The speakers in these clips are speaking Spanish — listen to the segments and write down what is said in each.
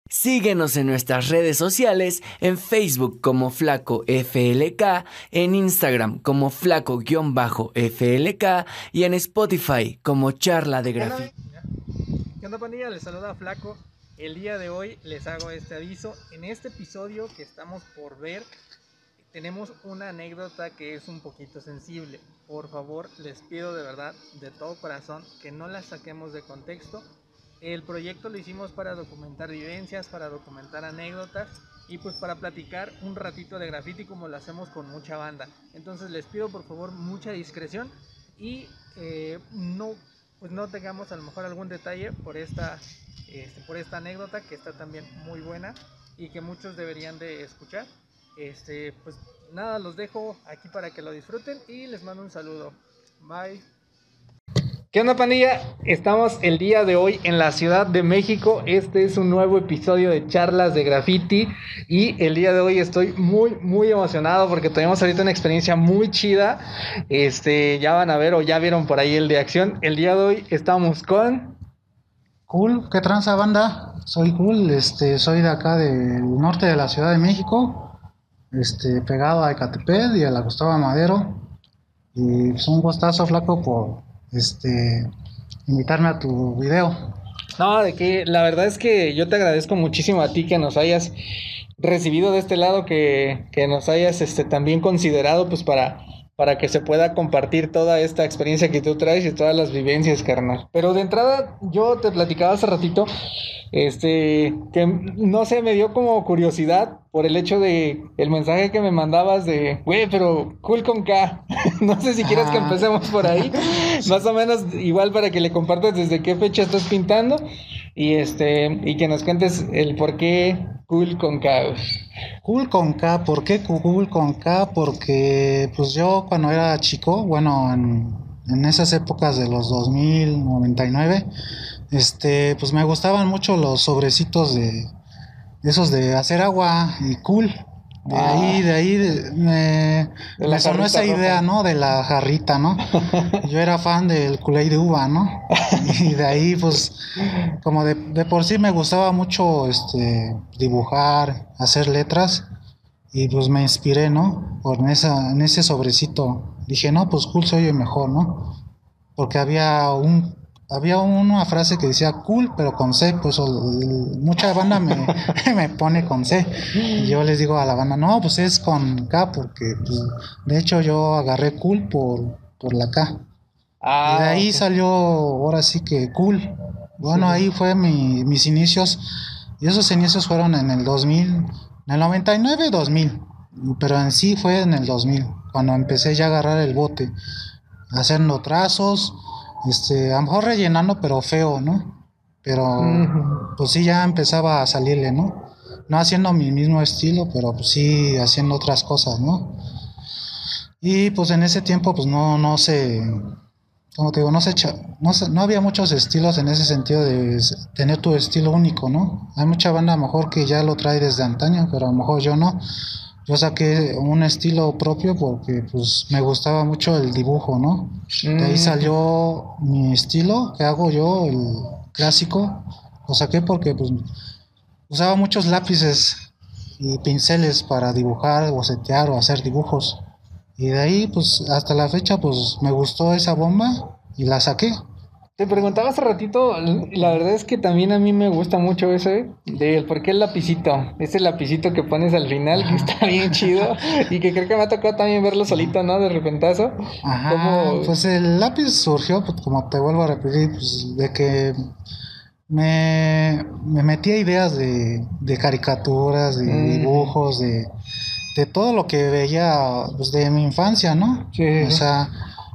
Síguenos en nuestras redes sociales, en Facebook como Flaco FLK, en Instagram como Flaco-FLK y en Spotify como Charla de Grafiti. ¿Qué onda, pandilla? Les saluda Flaco. El día de hoy les hago este aviso. En este episodio que estamos por ver, tenemos una anécdota que es un poquito sensible. Por favor, les pido de verdad, de todo corazón, que no la saquemos de contexto. El proyecto lo hicimos para documentar vivencias, para documentar anécdotas y pues para platicar un ratito de graffiti como lo hacemos con mucha banda. Entonces les pido por favor mucha discreción y no tengamos a lo mejor algún detalle por esta anécdota que está también muy buena y que muchos deberían de escuchar. Pues nada, los dejo aquí para que lo disfruten y les mando un saludo. Bye. ¿Qué onda, pandilla? Estamos el día de hoy en la Ciudad de México. Este es un nuevo episodio de Charlas de Graffiti y el día de hoy estoy muy emocionado porque tenemos ahorita una experiencia muy chida. Ya van a ver o ya vieron por ahí el de acción. El día de hoy estamos con... Cool, ¿qué tranza, banda? Soy Cool, soy de acá del norte de la Ciudad de México, pegado a Ecatepec y a la Gustavo Madero. Y es un gustazo, Flaco, por invitarme a tu video. No, de que la verdad es que yo te agradezco muchísimo a ti que nos hayas recibido de este lado, que nos hayas también considerado pues para que se pueda compartir toda esta experiencia que tú traes y todas las vivencias, carnal. Pero de entrada, yo te platicaba hace ratito, que no sé, me dio como curiosidad por el hecho de el mensaje que me mandabas de, güey, pero cool con K. No sé si quieres que empecemos por ahí, más o menos igual para que le compartas desde qué fecha estás pintando y que nos cuentes el por qué cool con K. Cool con K, ¿por qué cool con K? Porque pues yo cuando era chico, bueno, en esas épocas de los 2000, 99, pues me gustaban mucho los sobrecitos de esos de hacer agua y cool. De ahí me sonó esa idea, ¿no? De la jarrita, ¿no? Yo era fan del Kool-Aid de uva, ¿no? Y de ahí, pues, como de por sí me gustaba mucho dibujar, hacer letras. Y pues me inspiré, ¿no? En ese sobrecito. Dije, no, pues cool soy el mejor, ¿no? Porque había una frase que decía cool, pero con C, pues mucha banda me pone con C. Y yo les digo a la banda, no, pues es con K, porque pues, de hecho yo agarré cool por la K. Y de ahí salió, ahora sí que cool. Bueno, sí. Ahí fue mis inicios. Y esos inicios fueron en el 2000, en el 99, 2000. Pero en sí fue en el 2000, cuando empecé ya a agarrar el bote, haciendo trazos. A lo mejor rellenando, pero feo, ¿no? Pero pues sí ya empezaba a salirle, ¿no? No haciendo mi mismo estilo, pero pues sí haciendo otras cosas, ¿no? Y pues en ese tiempo pues no sé, como te digo, no había muchos estilos en ese sentido de tener tu estilo único, ¿no? Hay mucha banda a lo mejor que ya lo trae desde antaño, pero a lo mejor yo no. Yo saqué un estilo propio porque pues me gustaba mucho el dibujo, ¿no? De ahí salió mi estilo que hago yo, el clásico. Lo saqué porque pues usaba muchos lápices y pinceles para dibujar, bocetear o hacer dibujos. Y de ahí pues hasta la fecha pues me gustó esa bomba y la saqué. Te preguntaba hace ratito, la verdad es que también a mí me gusta mucho ese del por qué el lapicito, ese lapicito que pones al final, que está bien chido y que creo que me ha tocado también verlo solito, ¿no? De repentazo. Ajá, pues el lápiz surgió, pues, como te vuelvo a repetir, pues de que me metía ideas de caricaturas, de dibujos, de todo lo que veía pues, de mi infancia, ¿no? Sí. O sea,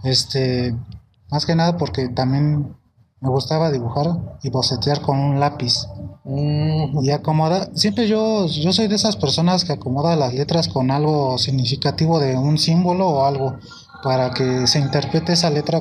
más que nada porque también me gustaba dibujar y bocetear con un lápiz. Y acomodar, siempre yo soy de esas personas que acomoda las letras con algo significativo de un símbolo o algo para que se interprete esa letra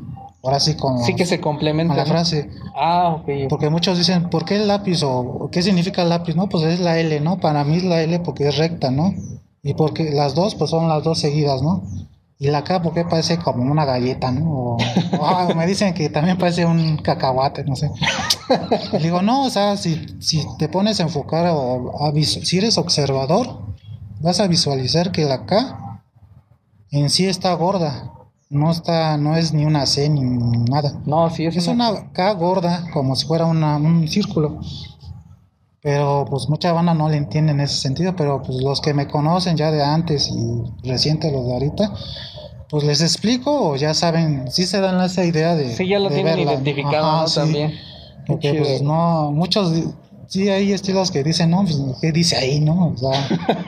sí, que se complementa, con la frase. Okay. Porque muchos dicen, ¿por qué el lápiz? O ¿qué significa el lápiz? No, pues es la L, ¿no? Para mí es la L porque es recta, ¿no? Y porque las dos, pues son las dos seguidas, ¿no? Y la K, ¿por qué parece como una galleta, no? O me dicen que también parece un cacahuate, no sé. Y digo, no, o sea, si te pones a enfocar si eres observador, vas a visualizar que la K en sí está gorda. No es ni una C ni nada. No, sí Es una K gorda, como si fuera un círculo. Pero pues mucha banda no le entiende en ese sentido, pero pues los que me conocen ya de antes y reciente los de ahorita, pues les explico o ya saben, sí se dan esa idea de sí, ya lo de tienen verla, identificado, ajá, ¿no? sí, También. porque pues no, sí hay estilos que dicen, no, pues ¿qué dice ahí, no? O sea,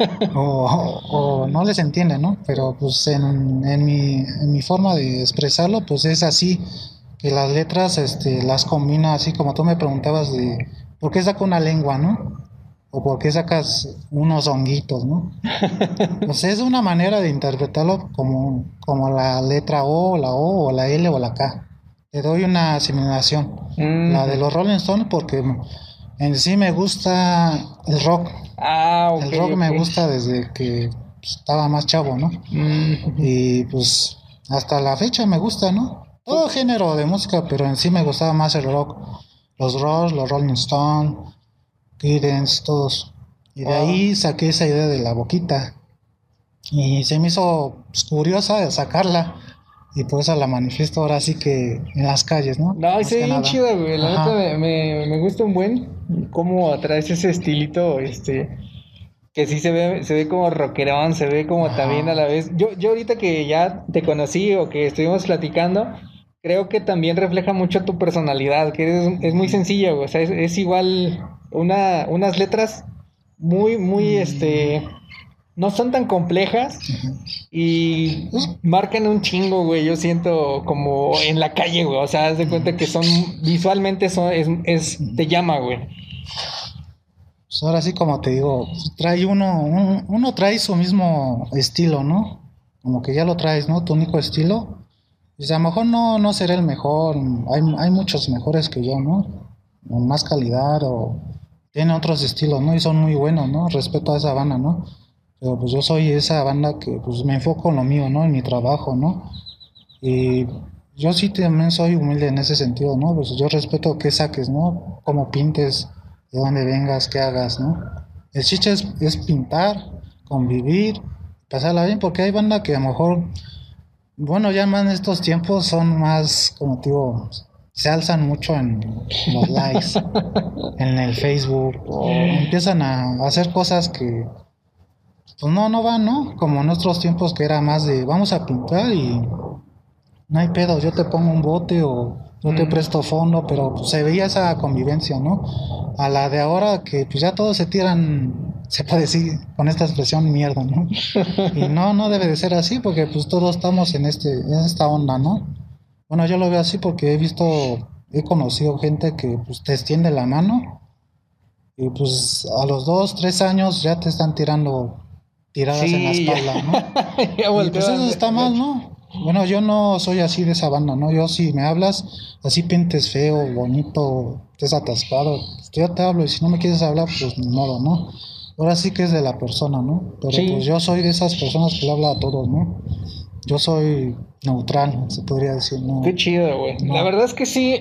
o no les entienden, ¿no? Pero pues en mi forma de expresarlo, pues es así, que las letras las combina así como tú me preguntabas de ¿por qué saca una lengua, no? O por qué sacas unos honguitos, ¿no? Pues es una manera de interpretarlo como la letra O la L o la K. Le doy una asimilación. La de los Rolling Stones porque en sí me gusta el rock. Ok, El rock me gusta desde que estaba más chavo, ¿no? Y pues hasta la fecha me gusta, ¿no? Todo género de música, pero en sí me gustaba más el rock. Los Rolling Stones, Creedence, todos. Y de ahí saqué esa idea de la boquita. Y se me hizo pues, curiosa de sacarla. Y por eso la manifiesto ahora sí que en las calles, ¿no? No, y Más se ve que bien nada. chido, güey. La Ajá. neta me gusta un buen cómo atraes ese estilito, que sí se ve como rockerón, se ve como también a Ajá. la vez. Yo ahorita que ya te conocí o que estuvimos platicando, creo que también refleja mucho tu personalidad, que es muy sencilla, güey. O sea, es igual unas letras muy, no son tan complejas y marcan un chingo, güey. Yo siento como en la calle, güey. O sea, haz de cuenta que son, visualmente te llama, güey. Pues ahora sí, como te digo, trae uno trae su mismo estilo, ¿no? Como que ya lo traes, ¿no? Tu único estilo. Pues a lo mejor no seré el mejor, hay muchos mejores que yo, ¿no? Con más calidad o tienen otros estilos, ¿no? Y son muy buenos, ¿no? Respeto a esa banda, ¿no? Pero pues yo soy esa banda que pues me enfoco en lo mío, ¿no? En mi trabajo, ¿no? Y yo sí también soy humilde en ese sentido, ¿no? Pues yo respeto qué saques, ¿no? Cómo pintes, de dónde vengas, qué hagas, ¿no? El chiste es pintar, convivir, pasarla bien, porque hay banda que a lo mejor, bueno, ya más en estos tiempos son más, como te digo, se alzan mucho en los likes, en el Facebook, o empiezan a hacer cosas que, pues no van, ¿no? Como en nuestros tiempos que era más de, vamos a pintar y no hay pedo, yo te pongo un bote o yo te presto fondo, pero pues, se veía esa convivencia, ¿no? A la de ahora que pues ya todos se tiran, se puede decir con esta expresión mierda, ¿no? Y no debe de ser así porque pues todos estamos en esta onda, ¿no? Bueno, yo lo veo así porque he conocido gente que pues te extiende la mano y pues a los 2, 3 años ya te están tirando tiradas en la Sí, espalda, ¿no? ya Y pues eso volteaban está de mal, hecho. ¿no? Bueno, yo no soy así de esa banda, ¿no? Yo si me hablas, así pintes feo, bonito, estés atascado, pues, yo te hablo y si no me quieres hablar, pues ni modo, ¿no? Ahora sí que es de la persona, ¿no? Pero pues Sí, yo soy de esas personas que le habla a todos, ¿no? Yo soy neutral, se podría decir, qué no, chido, güey. La no. verdad es que sí,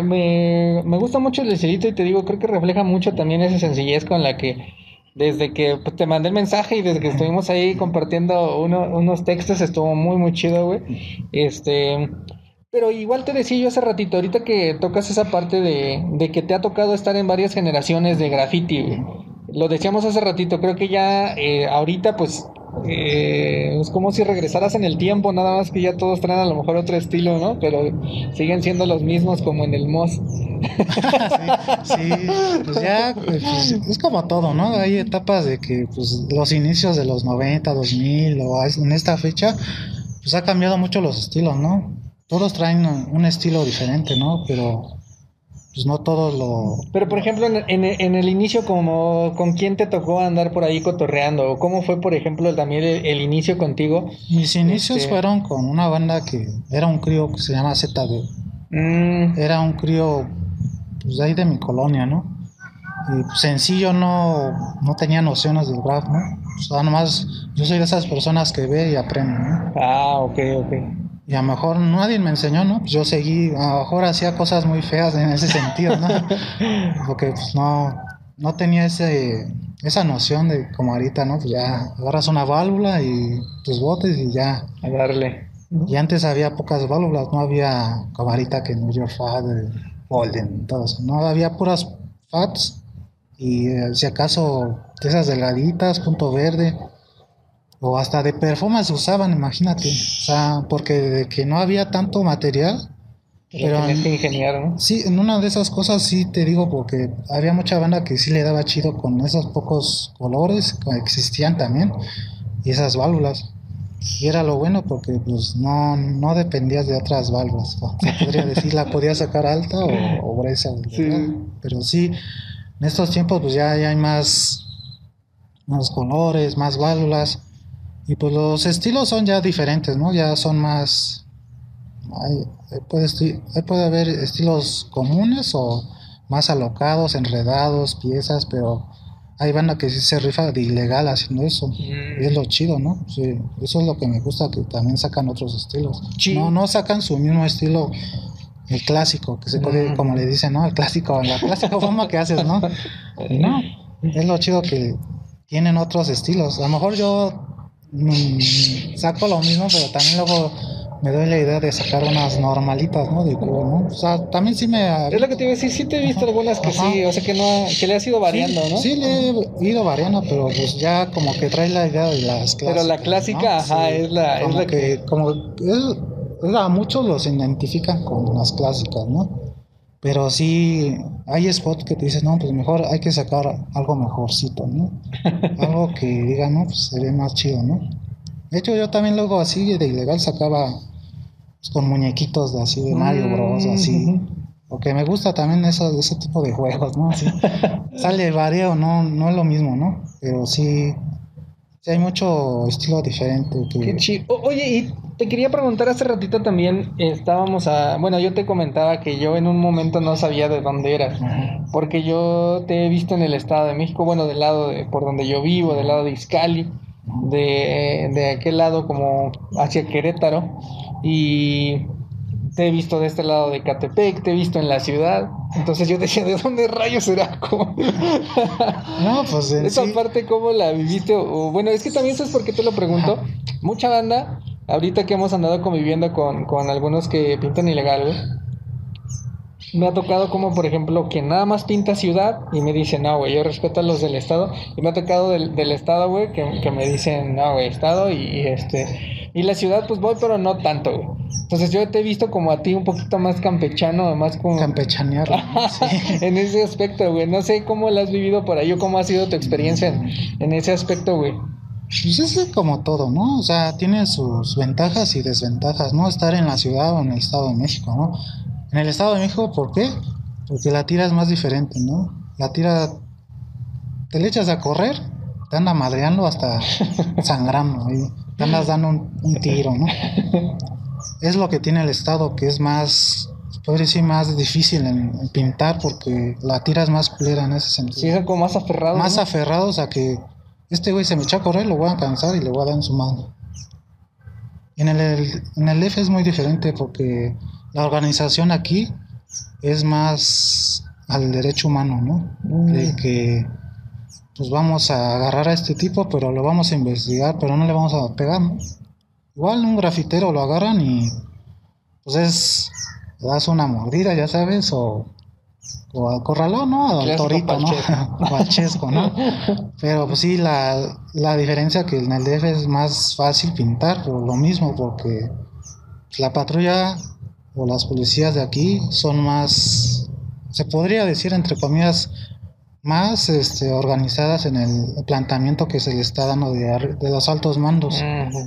me gusta mucho el estilito y te digo, creo que refleja mucho también esa sencillez con la que desde que pues, te mandé el mensaje y desde que estuvimos ahí compartiendo unos textos estuvo muy chido, güey. Pero igual te decía yo hace ratito, ahorita que tocas esa parte de que te ha tocado estar en varias generaciones de graffiti, güey. Lo decíamos hace ratito, creo que ya ahorita pues es como si regresaras en el tiempo, nada más que ya todos traen a lo mejor otro estilo, ¿no? Pero siguen siendo los mismos como en el MOS. Sí, sí, pues ya, pues, es como todo, ¿no? Hay etapas de que, pues, los inicios de los 90, 2000 en esta fecha, pues ha cambiado mucho los estilos, ¿no? Todos traen un estilo diferente, ¿no? Pero, pues no todos Pero por ejemplo, en el inicio, como ¿con quién te tocó andar por ahí cotorreando? ¿O cómo fue, por ejemplo, también el inicio contigo? Mis inicios Este, fueron con una banda que era un crío que se llama ZB. mm, Era un crío, pues, de ahí de mi colonia, ¿no? Y pues en sí yo no tenía nociones del rap, ¿no? O sea, nomás yo soy de esas personas que ve y aprende, ¿no? Ah, ok. Y a lo mejor nadie me enseñó, ¿no? Pues yo seguí, a lo mejor hacía cosas muy feas en ese sentido, ¿no? Porque pues no tenía esa noción de como ahorita, ¿no? Pues ya agarras una válvula y tus botes y ya. A darle. Y antes había pocas válvulas, no había como ahorita que New York Fat, Golden, todo eso. No había puras Fats y si acaso de esas delgaditas, punto verde. O hasta de perfumes usaban, imagínate. O sea, porque de que no había tanto material. Pero tenías que ingeniar, ¿no? Sí, en una de esas cosas sí te digo, porque había mucha banda que sí le daba chido con esos pocos colores que existían también. Y esas válvulas. Y era lo bueno porque pues no dependías de otras válvulas. ¿No? Se podría decir, la podías sacar alta o gruesa. Sí. Pero sí, en estos tiempos pues ya hay más colores, más válvulas. Y pues los estilos son ya diferentes, ¿no? Ya son más... puede haber estilos comunes o más alocados, enredados, piezas, pero hay banda que sí se rifa de ilegal haciendo eso. Y es lo chido, ¿no? Sí, eso es lo que me gusta, que también sacan otros estilos. Sí. No sacan su mismo estilo, el clásico, que se puede, como le dicen, ¿no? El clásico, la clásica forma que haces, ¿no? Y no, es lo chido que tienen otros estilos. A lo mejor yo saco lo mismo, pero también luego me doy la idea de sacar unas normalitas, ¿no? De cubo, ¿no? O sea, también sí me... Es lo que te iba a decir, sí te he visto algunas que Ajá. sí, o sea que que le has ido variando, sí, ¿no? Sí, le he ido variando, pero pues ya como que trae la idea de las clásicas. Pero la clásica, ¿no? ajá, Sí, es la que... Como a muchos los identifican con las clásicas, ¿no? Pero sí, hay spots que te dicen, no, pues mejor hay que sacar algo mejorcito, ¿no? Algo que diga, no, pues se ve más chido, ¿no? De hecho, yo también luego así de ilegal sacaba pues, con muñequitos de así de Mario Bros, así. Porque me gusta también ese tipo de juegos, ¿no? Así, sale varío, no es lo mismo, ¿no? Pero sí hay mucho estilo diferente. Qué chido. Oye, y te quería preguntar hace ratito también, bueno, yo te comentaba que yo en un momento no sabía de dónde eras, porque yo te he visto en el Estado de México, bueno, del lado por donde yo vivo, del lado de Izcalli, de aquel lado como hacia Querétaro, y te he visto de este lado de Catepec, te he visto en la ciudad. Entonces yo decía, ¿de dónde rayos será? No, pues esa sí. parte, ¿cómo la viviste? O, bueno, es que también sabes por qué te lo pregunto. Mucha banda, ahorita que hemos andado conviviendo con algunos que pintan ilegal, güey, me ha tocado como, por ejemplo, que nada más pinta ciudad y me dicen, no, güey, yo respeto a los del estado. Y me ha tocado del estado, güey, que me dicen, no, güey, estado y la ciudad, pues voy, pero no tanto, güey. Entonces yo te he visto como a ti un poquito más campechano, más como... Campechanear, sí. En ese aspecto, güey. No sé cómo lo has vivido por ahí o cómo ha sido tu experiencia en ese aspecto, güey. Pues es como todo, ¿no? O sea, tiene sus ventajas y desventajas, ¿no? Estar en la ciudad o en el Estado de México, ¿no? En el Estado de México, ¿por qué? Porque la tira es más diferente, ¿no? La tira, te le echas a correr, te anda madreando hasta sangrando, ¿sí? Te andas dando un tiro, ¿no? Es lo que tiene el Estado, que es más, podría decir, más difícil en pintar, porque la tira es más culera en ese sentido. Sí, son como más aferrados. Más ¿no? aferrados a que este güey se me echó a correr, lo voy a alcanzar y le voy a dar en su mano. En el DF es muy diferente porque la organización aquí es más al derecho humano, ¿no? De que pues vamos a agarrar a este tipo, pero lo vamos a investigar, pero no le vamos a pegar, ¿no? Igual un grafitero lo agarran y pues le das una mordida, ya sabes, o al corralón, ¿no? Al torito, ¿no? O al chesco, ¿no? Pero pues sí, la diferencia que en el DF es más fácil pintar, por lo mismo, porque la patrulla o las policías de aquí son más, se podría decir entre comillas, más organizadas en el planteamiento que se le está dando de los altos mandos.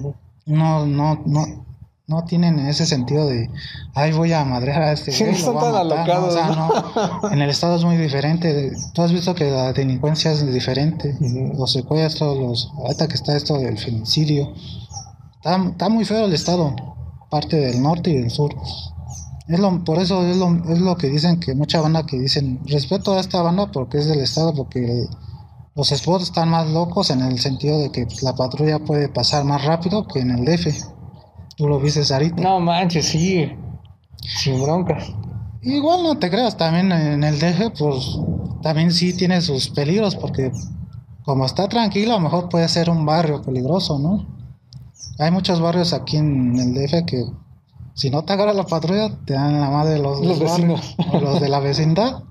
No tienen ese sentido de ay, voy a madrear a este güey, Sí, lo son voy a tan matar, alocados, ¿no? O sea, no, en el estado es muy diferente. Tú has visto que la delincuencia es diferente, los secuestros, ahorita que está esto del feminicidio, está muy feo el estado, parte del norte y del sur. Por eso es lo que dicen, que mucha banda que dicen, respeto a esta banda porque es del estado, porque los spots están más locos en el sentido de que la patrulla puede pasar más rápido que en el DF. Tú lo viste ahorita. No manches, sí, sin broncas. Igual no te creas, también en el DF, pues también sí tiene sus peligros, porque como está tranquilo, a lo mejor puede ser un barrio peligroso, ¿no? Hay muchos barrios aquí en el DF que si no te agarra la patrulla, te dan la madre Los vecinos. o los de la vecindad.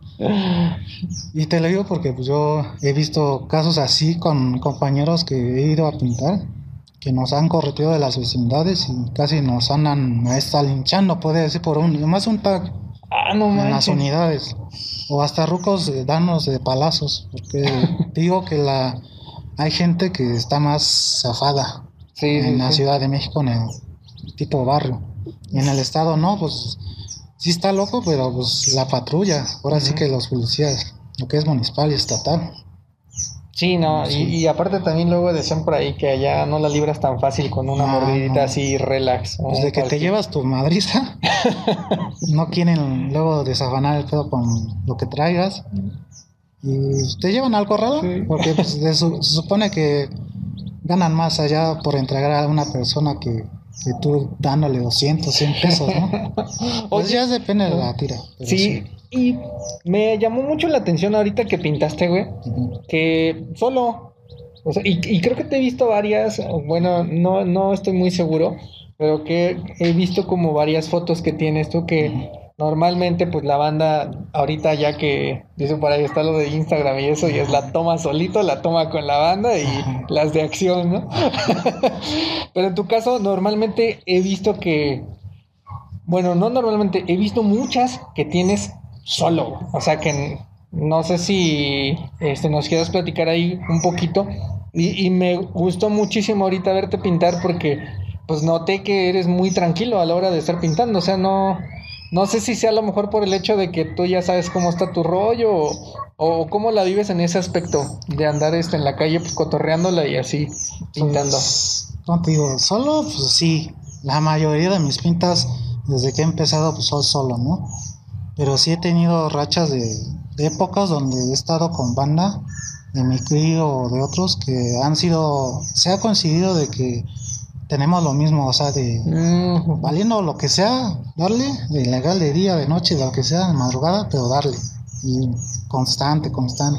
Y te lo digo porque pues, yo he visto casos así con compañeros que he ido a pintar, que nos han correteado de las vecindades y casi nos andan hasta linchando, puede decir, por más un tag No en manches. las unidades. O hasta rucos danos de palazos, porque digo que hay gente que está más zafada en la Ciudad de México, en el tipo barrio. Y en el estado no, pues sí está loco, pero pues la patrulla, ahora sí que los policías, lo que es municipal y estatal. Sí, no, Sí. y aparte también luego decían por ahí que allá no la libras tan fácil con una mordidita no. así relax. Pues de que te llevas tu madriza, no quieren luego desafanar el pedo con lo que traigas. Y te llevan al corrado, Sí. porque pues, se supone que ganan más allá por entregar a una persona que tú dándole 200, 100 pesos, ¿no? Pues Oye, ya depende de la tira. Pero sí, y me llamó mucho la atención ahorita que pintaste, güey, Ujú. que solo, o sea, y creo que te he visto varias, bueno, no estoy muy seguro, pero que he visto como varias fotos que tienes tú que normalmente pues la banda ahorita ya que dice por ahí está lo de Instagram y eso y es la toma solito, la toma con la banda y las de acción, ¿no? Pero en tu caso normalmente he visto que, bueno, no normalmente, he visto muchas que tienes solo, o sea que no sé si nos quieras platicar ahí un poquito y me gustó muchísimo ahorita verte pintar porque pues noté que eres muy tranquilo a la hora de estar pintando, o sea, no sé si sea a lo mejor por el hecho de que tú ya sabes cómo está tu rollo o cómo la vives en ese aspecto de andar en la calle pues, cotorreándola y así pintando. Pues, ¿cómo te digo? Solo, pues sí, la mayoría de mis pintas, desde que he empezado, pues soy solo, ¿no? Pero sí he tenido rachas de épocas donde he estado con banda de mi crío o de otros que se ha coincidido de que tenemos lo mismo, o sea, de valiendo lo que sea, darle, de ilegal, de día, de noche, de lo que sea, de madrugada, pero darle. Y constante.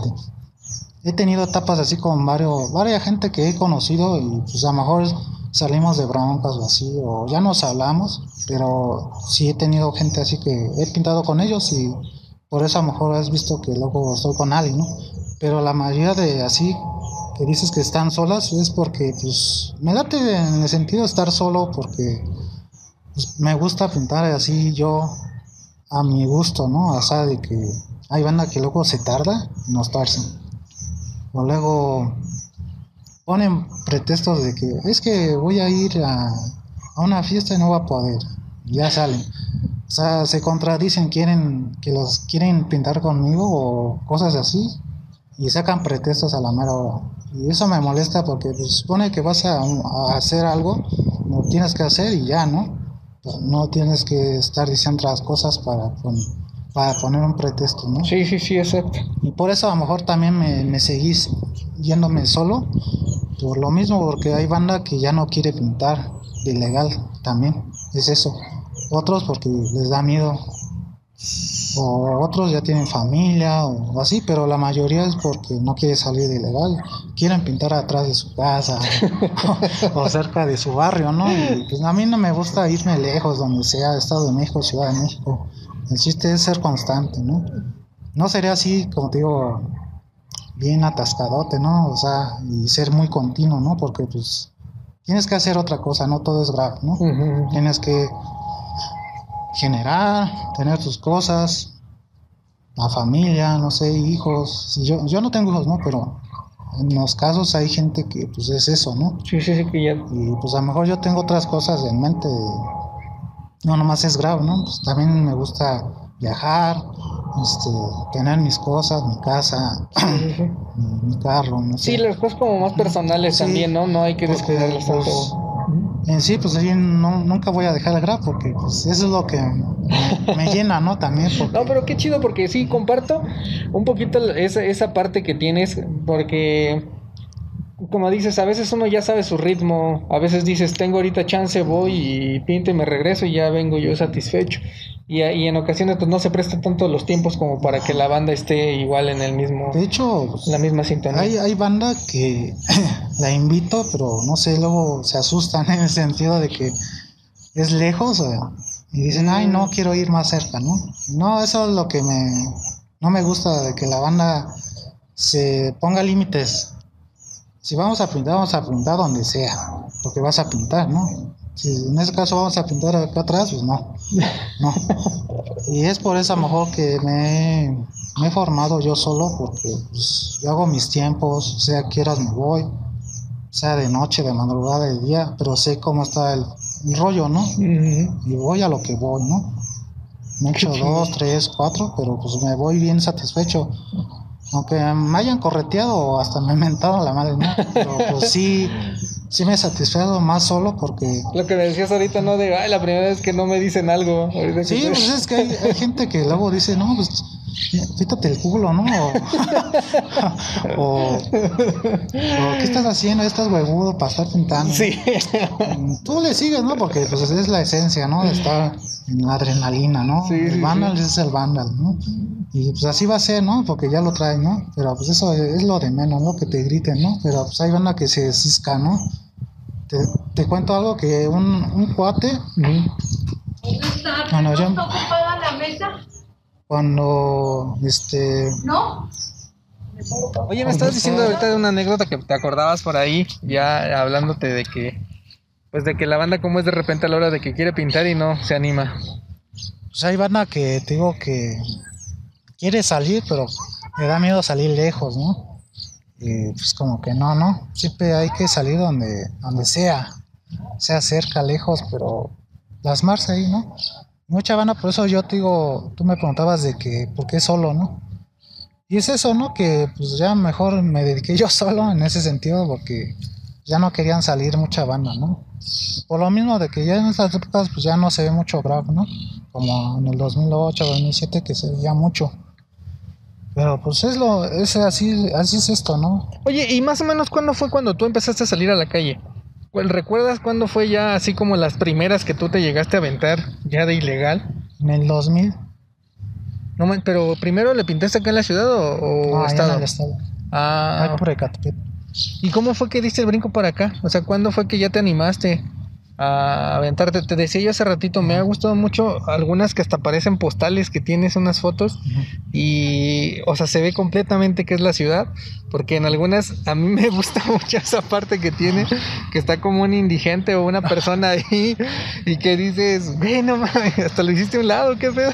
He tenido etapas así con varias gente que he conocido y pues a lo mejor salimos de broncas o así, o ya nos hablamos, pero sí he tenido gente así que he pintado con ellos y por eso a lo mejor has visto que luego estoy con alguien, ¿no? Pero la mayoría de así que dices que están solas es porque pues me late en el sentido de estar solo porque pues, me gusta pintar así yo a mi gusto, ¿no? O sea, de que hay banda que luego se tarda en no estarse. O luego ponen pretextos de que es que voy a ir a una fiesta y no va a poder. Ya salen. O sea, se contradicen, quieren pintar conmigo o cosas así y sacan pretextos a la mera hora. Y eso me molesta porque pues, supone que vas a hacer algo, lo tienes que hacer y ya, ¿no? No tienes que estar diciendo otras cosas para poner un pretexto, ¿no? Sí, exacto. Y por eso a lo mejor también me seguís yéndome solo, por lo mismo, porque hay banda que ya no quiere pintar de ilegal también, es eso. Otros porque les da miedo, o otros ya tienen familia o así, pero la mayoría es porque no quiere salir de ilegal, quieren pintar atrás de su casa o cerca de su barrio, ¿no? Y pues a mí no me gusta irme lejos, donde sea, Estado de México, Ciudad de México. El chiste es ser constante, ¿no? No sería así, como te digo, bien atascadote, ¿no? O sea, y ser muy continuo, ¿no? Porque pues tienes que hacer otra cosa, no todo es grave, ¿no? Uh-huh. Tienes que generar, tener tus cosas, la familia, no sé, hijos. Si yo no tengo hijos, ¿no? Pero en los casos hay gente que pues es eso, ¿no? Sí, que ya. Y pues a lo mejor yo tengo otras cosas en mente. No nomás es grave, ¿no? Pues también me gusta viajar, tener mis cosas, mi casa, Sí. mi carro, no sé. Sí, las cosas como más personales Sí, también, ¿no? No hay que porque, descuidarlas tanto. pues, en sí, pues yo nunca voy a dejar el grab porque pues, eso es lo que me llena, ¿no? También porque... No, pero qué chido, porque sí, comparto un poquito esa parte que tienes, porque como dices, a veces uno ya sabe su ritmo, a veces dices, tengo ahorita chance, voy y pinto y me regreso y ya vengo yo satisfecho. Y en ocasiones pues no se presta tanto los tiempos como para que la banda esté igual en el mismo, De hecho, pues, la misma sintonía. hay banda que la invito, pero no sé, luego se asustan en el sentido de que es lejos y dicen, ay, no, quiero ir más cerca, ¿no? No, eso es lo que no me gusta, de que la banda se ponga límites. Si vamos a pintar donde sea, porque vas a pintar, ¿no? Si en ese caso vamos a pintar acá atrás, pues no. Y es por eso a lo mejor que me he formado yo solo, porque pues, yo hago mis tiempos, sea quieras me voy, sea de noche, de madrugada, de día, pero sé cómo está el rollo, ¿no? Y voy a lo que voy, ¿no? Me he hecho 2, 3, 4, pero pues me voy bien satisfecho. Aunque me hayan correteado o hasta me he mentado la madre, ¿no? Pero pues sí me satisfago más solo porque... Lo que me decías ahorita, ¿no? De, ay, la primera vez que no me dicen algo. Sí, pues es que hay gente que luego dice, no, pues quítate el culo, ¿no? O ¿qué estás haciendo? Estás huevudo para estar pintando. Sí. Tú le sigues, ¿no? Porque pues es la esencia, ¿no? De estar en la adrenalina, ¿no? Sí, el sí, Vandal sí. es el Vandal, ¿no? Y pues así va a ser, ¿no? Porque ya lo traen, ¿no? Pero pues eso es lo de menos, ¿no? Que te griten, ¿no? Pero pues hay banda que se cisca, ¿no? Te cuento algo que un cuate... Bueno, yo... ¿Está ocupada la mesa? Cuando, ¿No? Oye, me estabas diciendo ahorita de una anécdota que te acordabas por ahí, ya hablándote de que, pues de que la banda como es de repente a la hora de que quiere pintar y no se anima. Pues hay banda que te digo que quiere salir, pero le da miedo salir lejos, ¿no? Y pues como que no, siempre hay que salir donde sea cerca, lejos, pero plasmarse ahí, ¿no? Mucha banda, por eso yo te digo, tú me preguntabas de que, ¿por qué solo, no? Y es eso, ¿no? Que pues ya mejor me dediqué yo solo en ese sentido, porque ya no querían salir mucha banda, ¿no? Por lo mismo de que ya en estas épocas pues ya no se ve mucho grab, ¿no? Como en el 2008, 2007 que se veía mucho. Pero pues así es esto, ¿no? Oye, ¿y más o menos cuándo fue cuando tú empezaste a salir a la calle? ¿Recuerdas cuándo fue ya así como las primeras que tú te llegaste a aventar ya de ilegal? En el 2000. No, pero primero le pintaste acá en la ciudad o No, allá estado. en el estado. Ah, Ahí por Ecatepec. ¿y cómo fue que diste el brinco para acá? O sea, ¿cuándo fue que ya te animaste a aventarte? Te decía yo hace ratito, me ha gustado mucho algunas que hasta parecen postales que tienes unas fotos y, o sea, se ve completamente que es la ciudad, porque en algunas a mí me gusta mucho esa parte que tiene, que está como un indigente o una persona ahí y que dices, güey, no mames, hasta lo hiciste a un lado, qué pedo.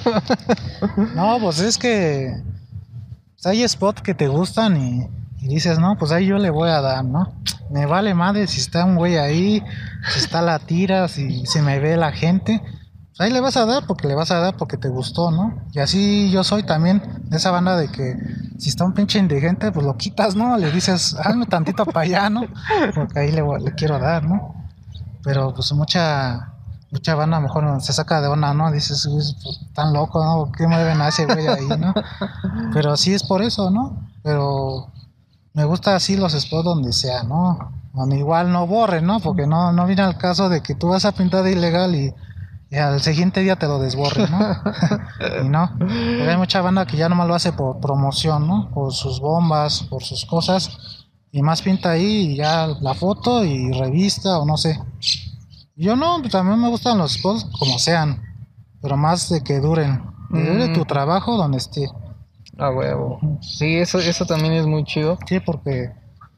No, pues es que pues, hay spots que te gustan y dices, no, pues ahí yo le voy a dar, ¿no? Me vale madre si está un güey ahí, si está la tira, si me ve la gente. Pues ahí le vas a dar porque te gustó, ¿no? Y así yo soy también de esa banda de que si está un pinche indigente, pues lo quitas, ¿no? Le dices, hazme tantito para allá, ¿no? Porque ahí le quiero dar, ¿no? Pero pues mucha banda a lo mejor se saca de onda, ¿no? Dices, uy, pues, tan loco, ¿no? ¿Qué mueven a ese güey ahí, no? Pero sí es por eso, ¿no? Pero me gusta así los spots donde sea, ¿no? Donde igual no borren, ¿no? Porque no viene al caso de que tú vas a pintar de ilegal y al siguiente día te lo desborren, ¿no? Y no. Pero hay mucha banda que ya nomás lo hace por promoción, ¿no? Por sus bombas, por sus cosas. Y más pinta ahí y ya la foto y revista o no sé. Yo no, también me gustan los spots como sean, pero más de que duren. Que dure tu trabajo donde esté. A huevo. Sí, eso también es muy chido. Sí, porque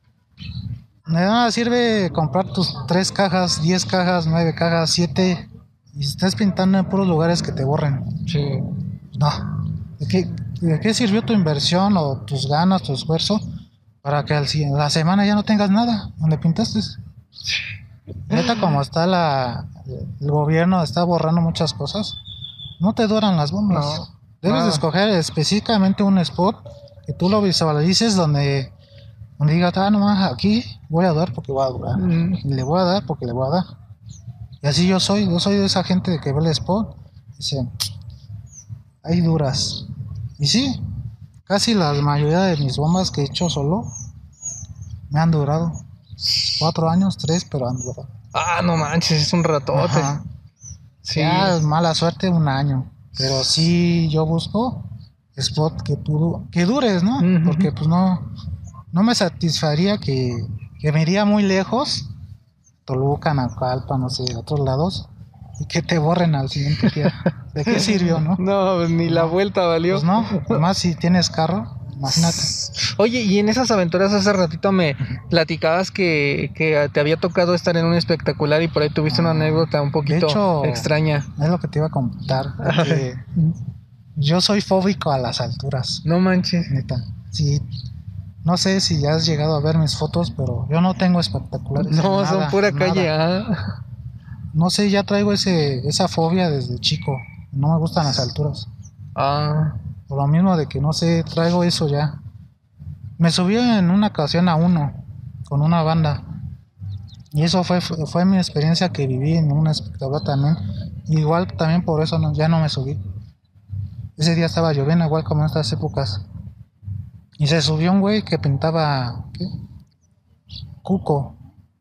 de nada sirve comprar tus 3 cajas, 10 cajas, 9 cajas, 7 y estés pintando en puros lugares que te borren. Sí. No. ¿De qué sirvió tu inversión o tus ganas, tu esfuerzo para que la semana ya no tengas nada donde pintaste? Ahorita como está el gobierno está borrando muchas cosas, no te duran las bombas. No. Debes de escoger específicamente un spot que tú lo visualices donde digas, no más, aquí voy a dar porque voy a durar. Y le voy a dar porque le voy a dar. Y así yo soy de esa gente que ve el spot, dice, hay duras. Y sí, casi la mayoría de mis bombas que he hecho solo me han durado 4 años, 3, pero han durado. Ah, no manches, es un ratote. Ajá. Sí. Ya, mala suerte, 1 año. Pero sí, yo busco spot que dures, ¿no? Ujú. Porque pues no me satisfaría que me iría muy lejos, Toluca, Naucalpan, no sé, otros lados, y que te borren al siguiente día. ¿De qué sirvió, no? No, ni la vuelta valió. Pues no, además si tienes carro, imagínate. Oye, y en esas aventuras hace ratito me platicabas que te había tocado estar en un espectacular y por ahí tuviste una anécdota un poquito De hecho, extraña. Es lo que te iba a contar, porque yo soy fóbico a las alturas, No manches. neta. Sí, no sé si ya has llegado a ver mis fotos, pero yo no tengo espectaculares. No, nada, son pura nada. calle. Ah. No sé, ya traigo esa fobia desde chico. No me gustan las alturas. Ah. Por lo mismo de que no sé, traigo eso ya. Me subí en una ocasión a uno, con una banda. Y eso fue mi experiencia que viví en un espectacular también. Igual también por eso ya no me subí. Ese día estaba lloviendo igual como en estas épocas. Y se subió un güey que pintaba, ¿qué? Cuco.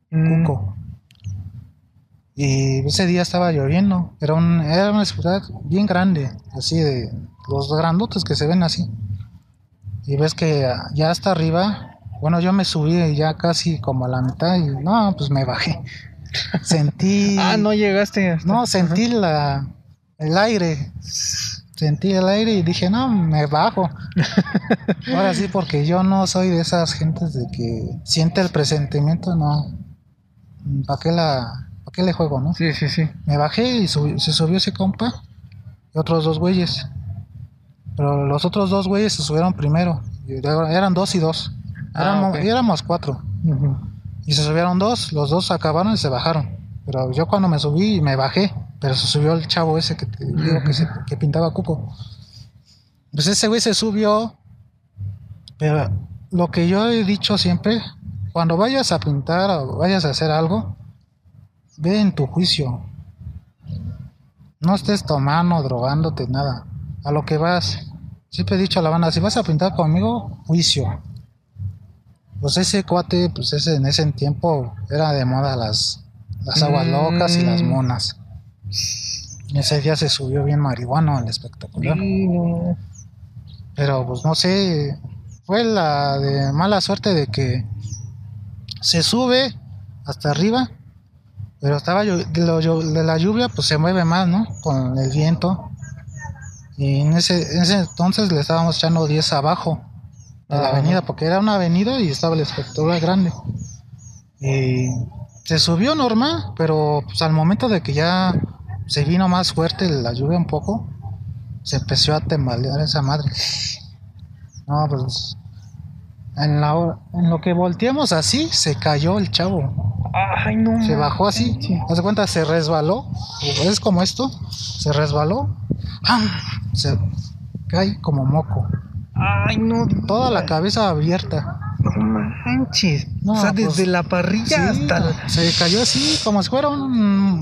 Y ese día estaba lloviendo. Era una ciudad bien grande, así de los grandotes que se ven así. Y ves que ya hasta arriba, bueno, yo me subí ya casi como a la mitad y no, pues me bajé. Sentí... Ah, no llegaste hasta... No, sentí el aire. Sentí el aire y dije, no, me bajo. Ahora sí, porque yo no soy de esas gentes de que siente el presentimiento, no. ¿Para qué le juego, no? Sí, sí, sí. Me bajé y se subió ese compa y otros 2 güeyes. Pero los otros 2 güeyes se subieron primero. Y eran 2 y 2. Éramos 4. Uh-huh. Y se subieron 2, los 2 acabaron y se bajaron. Pero yo cuando me subí me bajé, pero se subió el chavo ese que te digo que pintaba cuco. Pues ese güey se subió, pero lo que yo he dicho siempre, cuando vayas a pintar o vayas a hacer algo, ve en tu juicio. No estés tomando, drogándote, nada. A lo que vas. Siempre he dicho a la banda, si vas a pintar conmigo, juicio. Pues ese cuate, pues en ese tiempo era de moda las aguas locas y las monas. Y ese día se subió bien marihuano al espectacular. No. Pero pues no sé, fue la de mala suerte de que se sube hasta arriba, pero estaba de la lluvia, pues se mueve más, ¿no? Con el viento. Y en ese entonces le estábamos echando 10 abajo de la avenida, porque era una avenida y estaba el espectacular grande. Y se subió normal, pero pues al momento de que ya se vino más fuerte la lluvia un poco, se empezó a tembalear esa madre. No, pues en lo que volteamos así, se cayó el chavo. Ay, no. Se bajó así, haz de cuenta, se resbaló. Es como esto, se resbaló. ¡Pam! Se cae como moco. Ay, no. Toda la cabeza abierta. No manches. No, o sea, pues, desde la parrilla sí, hasta... se cayó así, como si fuera un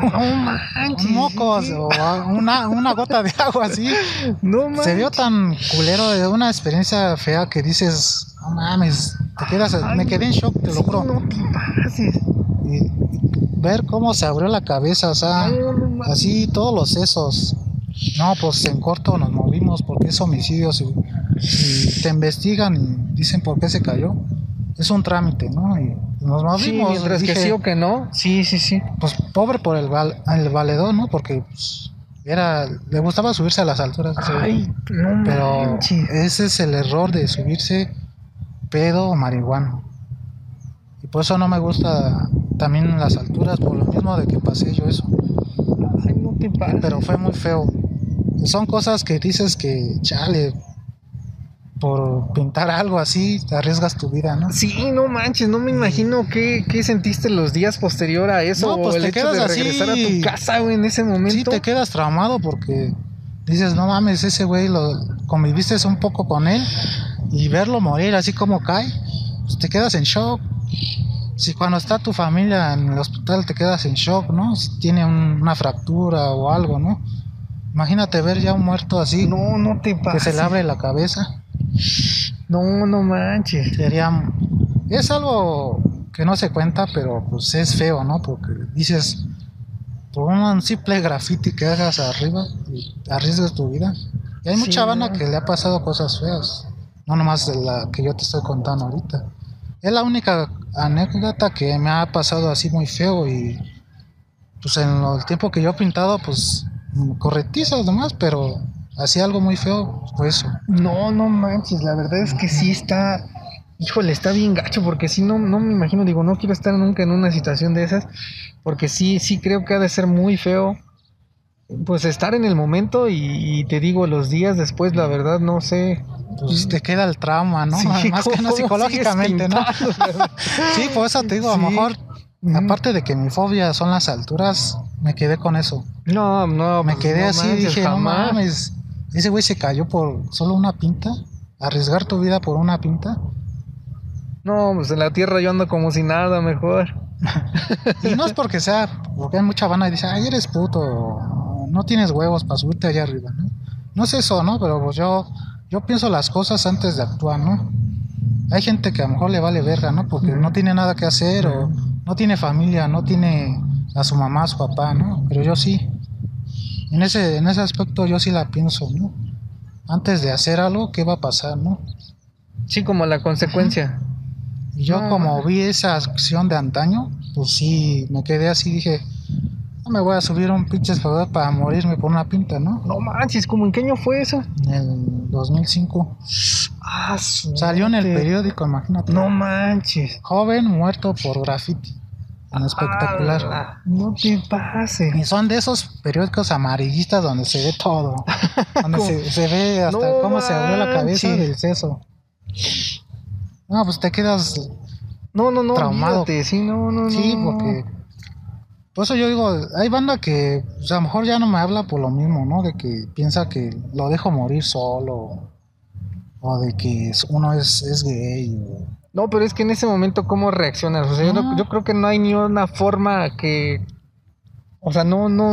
moco o una gota de agua así. No manches. Se vio tan culero, de una experiencia fea que dices, no mames, me quedé en shock, te lo juro. No te pases. Y ver cómo se abrió la cabeza, o sea, así todos los sesos. No, pues en corto nos movimos porque es homicidio. Si te investigan y dicen por qué se cayó, es un trámite, ¿no? Y nos movimos. Sí, mientras que sí o que no. Sí. Pues pobre por el valedor, ¿no? Porque pues, le gustaba subirse a las alturas. Ay, no pero manches. ese es el error de subirse pedo o marihuana. Y por eso no me gusta también las alturas, por lo mismo de que pasé yo eso. Ay, no te pases. Pero fue muy feo. Son cosas que dices que, chale, por pintar algo así, te arriesgas tu vida, ¿no? Sí, no manches, no me imagino qué sentiste los días posterior a eso. No, pues o el te hecho quedas de así. regresar a tu casa, güey, en ese momento. Sí, te quedas traumado porque dices, no mames, ese güey conviviste un poco con él y verlo morir así como cae, pues te quedas en shock. si cuando está tu familia en el hospital te quedas en shock, ¿no? Si tiene una fractura o algo, ¿no? Imagínate ver ya un muerto así, No te que pases. se le abre la cabeza. No manches. Es algo que no se cuenta, pero pues es feo, ¿no? Porque dices, por un simple graffiti que hagas arriba y arriesgas tu vida. Y hay mucha banda que le ha pasado cosas feas, no nomás de la que yo te estoy contando ahorita. Es la única anécdota que me ha pasado así muy feo y pues en el tiempo que yo he pintado, pues corretizas nomás, pero así algo muy feo fue eso. No manches, la verdad es que sí está, híjole, está bien gacho, porque sí no me imagino, digo, no quiero estar nunca en una situación de esas, porque sí creo que ha de ser muy feo, pues estar en el momento y te digo, los días después, la verdad, no sé. Pues te queda el trauma, ¿no? Sí, Más que no ¿cómo psicológicamente, ¿no? sigues pintando? Sí, por eso te digo, a lo mejor, aparte de que mi fobia son las alturas, me quedé con eso. No, Me pues quedé no así, manches, dije, no jamás. mames, ese güey se cayó por solo una pinta, arriesgar tu vida por una pinta. No, pues en la tierra yo ando como si nada, mejor. Y no es porque porque hay mucha banda y dice, ay, eres puto, no tienes huevos para subirte allá arriba, ¿no? No es eso, ¿no? Pero pues yo pienso las cosas antes de actuar, ¿no? Hay gente que a lo mejor le vale verga, ¿no? Porque no tiene nada que hacer o no tiene familia, no tiene a su mamá, a su papá, ¿no? Pero yo sí. En ese aspecto yo sí la pienso, ¿no? Antes de hacer algo, ¿qué va a pasar, no? Sí, como la consecuencia. Y yo No, como vi esa acción de antaño, pues sí, me quedé así, dije, no me voy a subir a un pinche escalador para morirme por una pinta, ¿no? No manches, ¿cómo en qué año fue eso? En el 2005. Ah, Salió en el periódico, imagínate. No manches. Joven muerto por graffiti. En espectacular. Ah, no te pases. Y son de esos periódicos amarillistas donde se ve todo. Donde se ve hasta No cómo se abrió la cabeza manches. del seso. No, pues te quedas No, traumado. olvídate, sí, no. Sí, porque por eso yo digo, hay banda que pues, a lo mejor ya no me habla por lo mismo, ¿no? De que piensa que lo dejo morir solo o de que uno es gay. No, pero es que en ese momento, ¿cómo reaccionas? O sea, No. yo creo que no hay ni una forma que... O sea,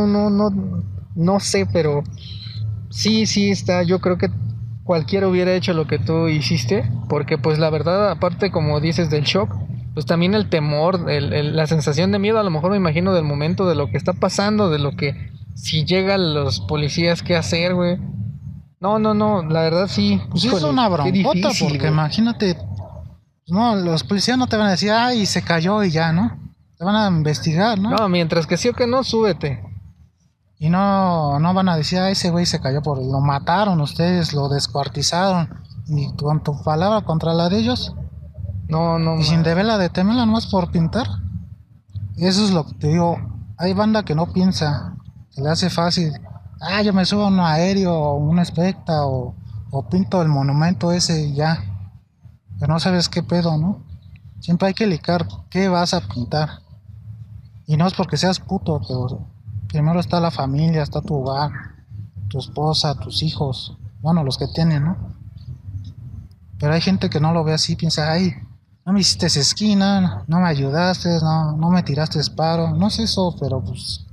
no sé, pero sí está. Yo creo que cualquiera hubiera hecho lo que tú hiciste, porque pues la verdad, aparte como dices del shock, pues también el temor, la sensación de miedo, a lo mejor me imagino del momento, de lo que está pasando, de lo que si llegan los policías, ¿qué hacer, güey? No, la verdad sí. Pues Híjole, es una qué broncota, difícil, porque güey. imagínate, no, los policías no te van a decir, ay, se cayó y ya, ¿no? Te van a investigar, ¿no? No, mientras que sí o que no, súbete. Y no van a decir, ay, ese güey se cayó lo mataron ustedes, lo descuartizaron. Y con tu palabra contra la de ellos, No, y sin deberla de temerla nomás por pintar. Eso es lo que te digo, hay banda que no piensa, se le hace fácil. Ah, yo me subo a un aéreo o un especta o pinto el monumento ese y ya. Pero no sabes qué pedo, ¿no? Siempre hay que licar qué vas a pintar. Y no es porque seas puto, pero primero está la familia, está tu hogar, tu esposa, tus hijos, bueno, los que tienen, ¿no? Pero hay gente que no lo ve así, piensa, ay, no me hiciste esquina, no me ayudaste, no me tiraste paro, no es eso, pero pues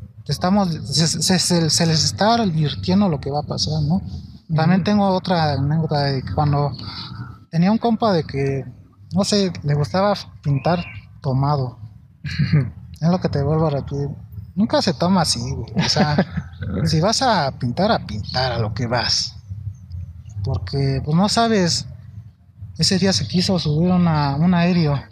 se les está advirtiendo lo que va a pasar, ¿no? También tengo otra anécdota de que cuando tenía un compa de que, no sé, le gustaba pintar tomado. Es lo que te vuelvo a repetir. Nunca se toma así, güey. O sea, si vas a pintar a lo que vas. Porque, pues no sabes, ese día se quiso subir un aéreo.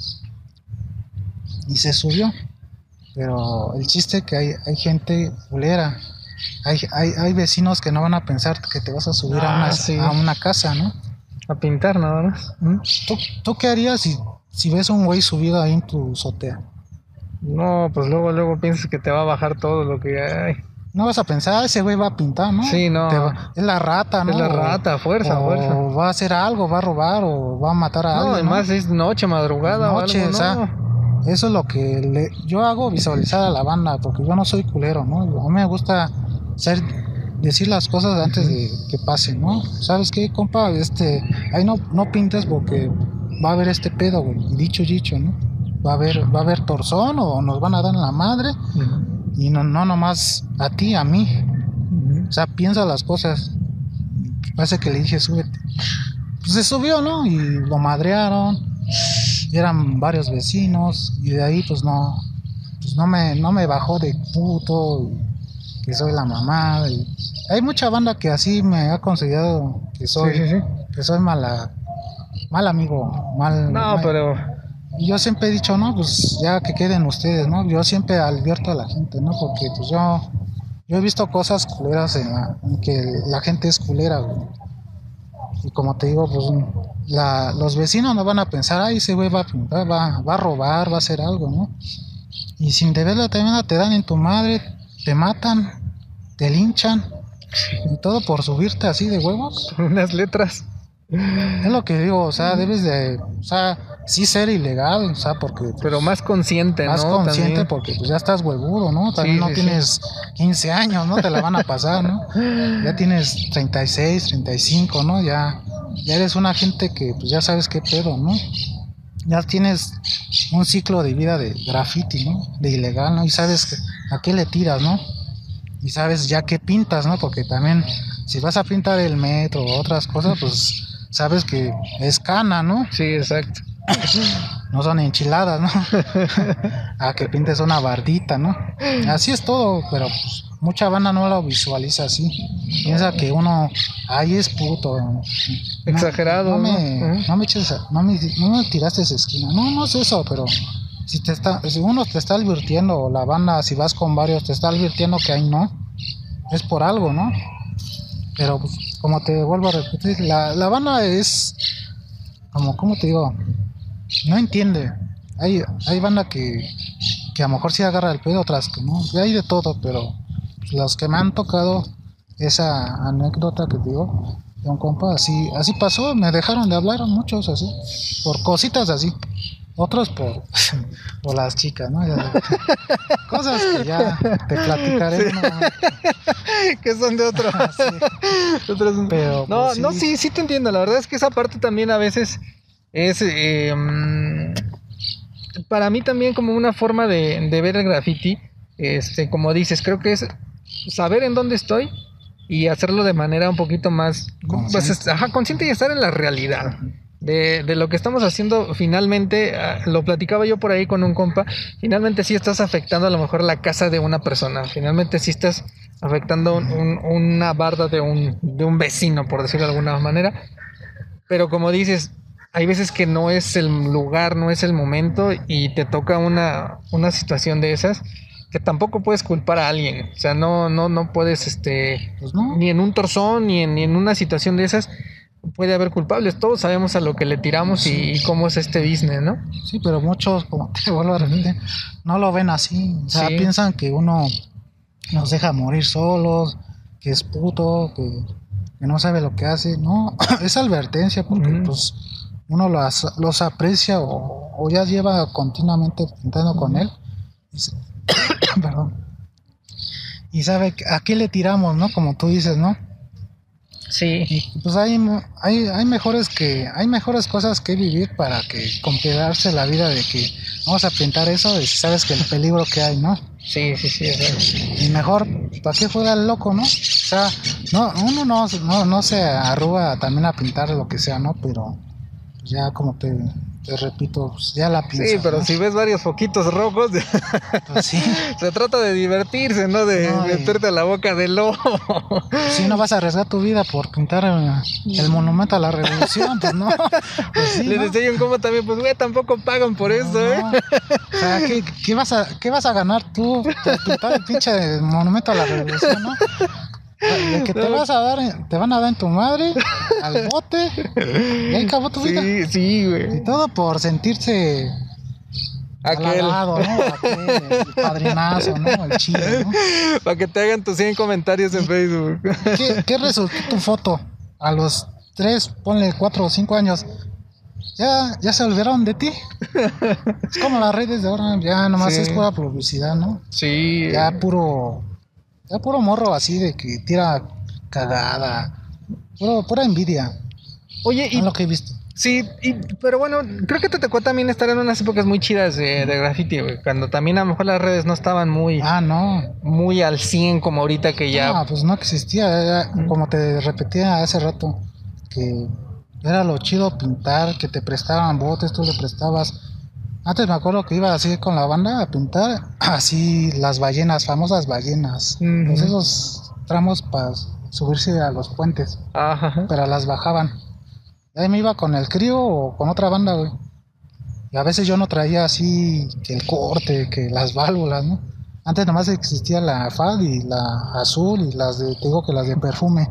Y se subió. Pero el chiste es que hay gente culera. Hay vecinos que no van a pensar que te vas a subir sí. a una casa, ¿no? A pintar nada más. ¿Tú qué harías si ves a un güey subido ahí en tu azotea? No, pues luego piensas que te va a bajar todo lo que hay. No vas a pensar, ese güey va a pintar, ¿no? Sí, no. Es la rata, ¿no? Es la rata, fuerza. O va a hacer algo, va a robar o va a matar a No, alguien. además es noche, madrugada Noche, o algo, o sea, no. eso es lo que yo hago, visualizar a la banda, porque yo no soy culero, ¿no? A mí me gusta decir las cosas antes de que pasen, ¿no? ¿Sabes qué, compa? Ahí no pintes porque va a haber este pedo, güey. Dicho, ¿no? va a haber torzón o nos van a dar en la madre. Y no nomás a ti, a mí. O sea, piensa las cosas. Parece que le dije, súbete. Pues se subió, ¿no? Y lo madrearon. Eran varios vecinos. Y de ahí, pues no me bajó de puto. Que soy la mamá. Y hay mucha banda que así me ha considerado que soy, que soy mal amigo. Pero... Y yo siempre he dicho, no, pues ya que queden ustedes, ¿no? Yo siempre advierto a la gente, ¿no? Porque pues yo he visto cosas culeras en que la gente es culera, güey. Y como te digo, pues los vecinos no van a pensar, ay, ese güey va a pintar, va a robar, va a hacer algo, ¿no? Y sin deberla también te dan en tu madre, te matan, te linchan, y todo por subirte así de huevos. Unas letras. Es lo que digo, o sea, debes de, o sea, sí ser ilegal, o sea, porque... Pues, pero más consciente, ¿no? Más consciente también. Porque pues ya estás huevudo, ¿no? También no tienes 15 años, ¿no? Te la van a pasar, ¿no? Ya tienes 36, 35, ¿no? Ya eres una gente que pues ya sabes qué pedo, ¿no? Ya tienes un ciclo de vida de graffiti, ¿no? De ilegal, ¿no? Y sabes a qué le tiras, ¿no? Y sabes ya qué pintas, ¿no? Porque también si vas a pintar el metro o otras cosas, pues sabes que es cana, ¿no? Sí, exacto. No son enchiladas, ¿no? A que pintes una bardita, ¿no? Así es todo, pero pues mucha banda no lo visualiza así. Piensa que uno, ay, es puto. Exagerado, no me tiraste esa esquina. No es eso, pero si uno te está advirtiendo, o la banda, si vas con varios, te está advirtiendo que ahí no, es por algo, ¿no? Pero pues, como te vuelvo a repetir, la banda es como, ¿cómo te digo? No entiende. Hay banda que a lo mejor sí agarra el pedo, otras que no. Y hay de todo, pero pues, los que me han tocado esa anécdota que te digo de un compa, así pasó, me dejaron de hablar muchos así, por cositas así. Otros por las chicas, ¿no? Cosas que ya te platicaré. Sí. ¿No? Que son de otros. Sí. Pero, no, pues, no, sí te entiendo. La verdad es que esa parte también a veces es para mí también como una forma de ver el graffiti. Como dices, creo que es saber en dónde estoy y hacerlo de manera un poquito más consciente y estar en la realidad. De lo que estamos haciendo. Finalmente, lo platicaba yo por ahí con un compa, finalmente sí estás afectando a lo mejor la casa de una persona, finalmente sí estás afectando una barda de un vecino, por decirlo de alguna manera, pero como dices, hay veces que no es el lugar, no es el momento y te toca una situación de esas que tampoco puedes culpar a alguien, o sea, no puedes pues no. ni en un torzón ni en una situación de esas puede haber culpables. Todos sabemos a lo que le tiramos y cómo es este business, ¿no? Sí, pero muchos, como te vuelvo a repetir, no lo ven así. O sea, piensan que uno nos deja morir solos, que es puto, que no sabe lo que hace. No, es advertencia porque pues uno los aprecia o ya lleva continuamente pintando con él. Perdón. Y sabe a qué le tiramos, ¿no? Como tú dices, ¿no? Sí. Y pues hay mejores cosas que vivir para que complicarse la vida de que vamos a pintar eso y sabes que el peligro que hay, ¿no? Sí, Y mejor, ¿para qué juega el loco, no? O sea, uno no se arruga también a pintar lo que sea, ¿no? Pero ya como te repito, pues ya la piensas. Sí, pero ¿no? si ves varios foquitos rojos, pues sí. Se trata de divertirse, ¿no? De meterte a la boca del lobo. Si no vas a arriesgar tu vida por pintar el monumento a la revolución, pues no. Pues sí, le decía yo cómo también, pues güey, tampoco pagan por eso, ¿eh? O sea, ¿qué vas a ganar tú por pintar el pinche monumento a la revolución, no? De que te van a dar en tu madre, al bote, y ahí acabó tu vida. Sí, güey. Y todo por sentirse halagado, ¿no? El padrinazo, ¿no? El chido, ¿no? Para que te hagan tus 100 comentarios en Facebook. ¿Qué resultó tu foto? A los 3, ponle 4 o 5 años. Ya se olvidaron de ti. Es como las redes de ahora, ya nomás es pura publicidad, ¿no? Sí. Ya puro morro así de que tira cagada. Pura envidia. Oye, y lo que he visto. Sí, pero bueno, creo que te tocó también estar en unas épocas muy chidas de graffiti, güey. Cuando también a lo mejor las redes no estaban muy al 100 como ahorita que ya... No, pues no existía. Era, como te repetía hace rato, que era lo chido pintar, que te prestaban botes, tú le prestabas. Antes me acuerdo que iba así con la banda a pintar, así las ballenas, famosas ballenas. Pues esos tramos para subirse a los puentes. Ajá. Pero las bajaban. Ahí me iba con el crío o con otra banda, güey. Y a veces yo no traía así que el corte, que las válvulas, ¿no? Antes nomás existía la FAD y la azul y las de, te digo que las de perfume.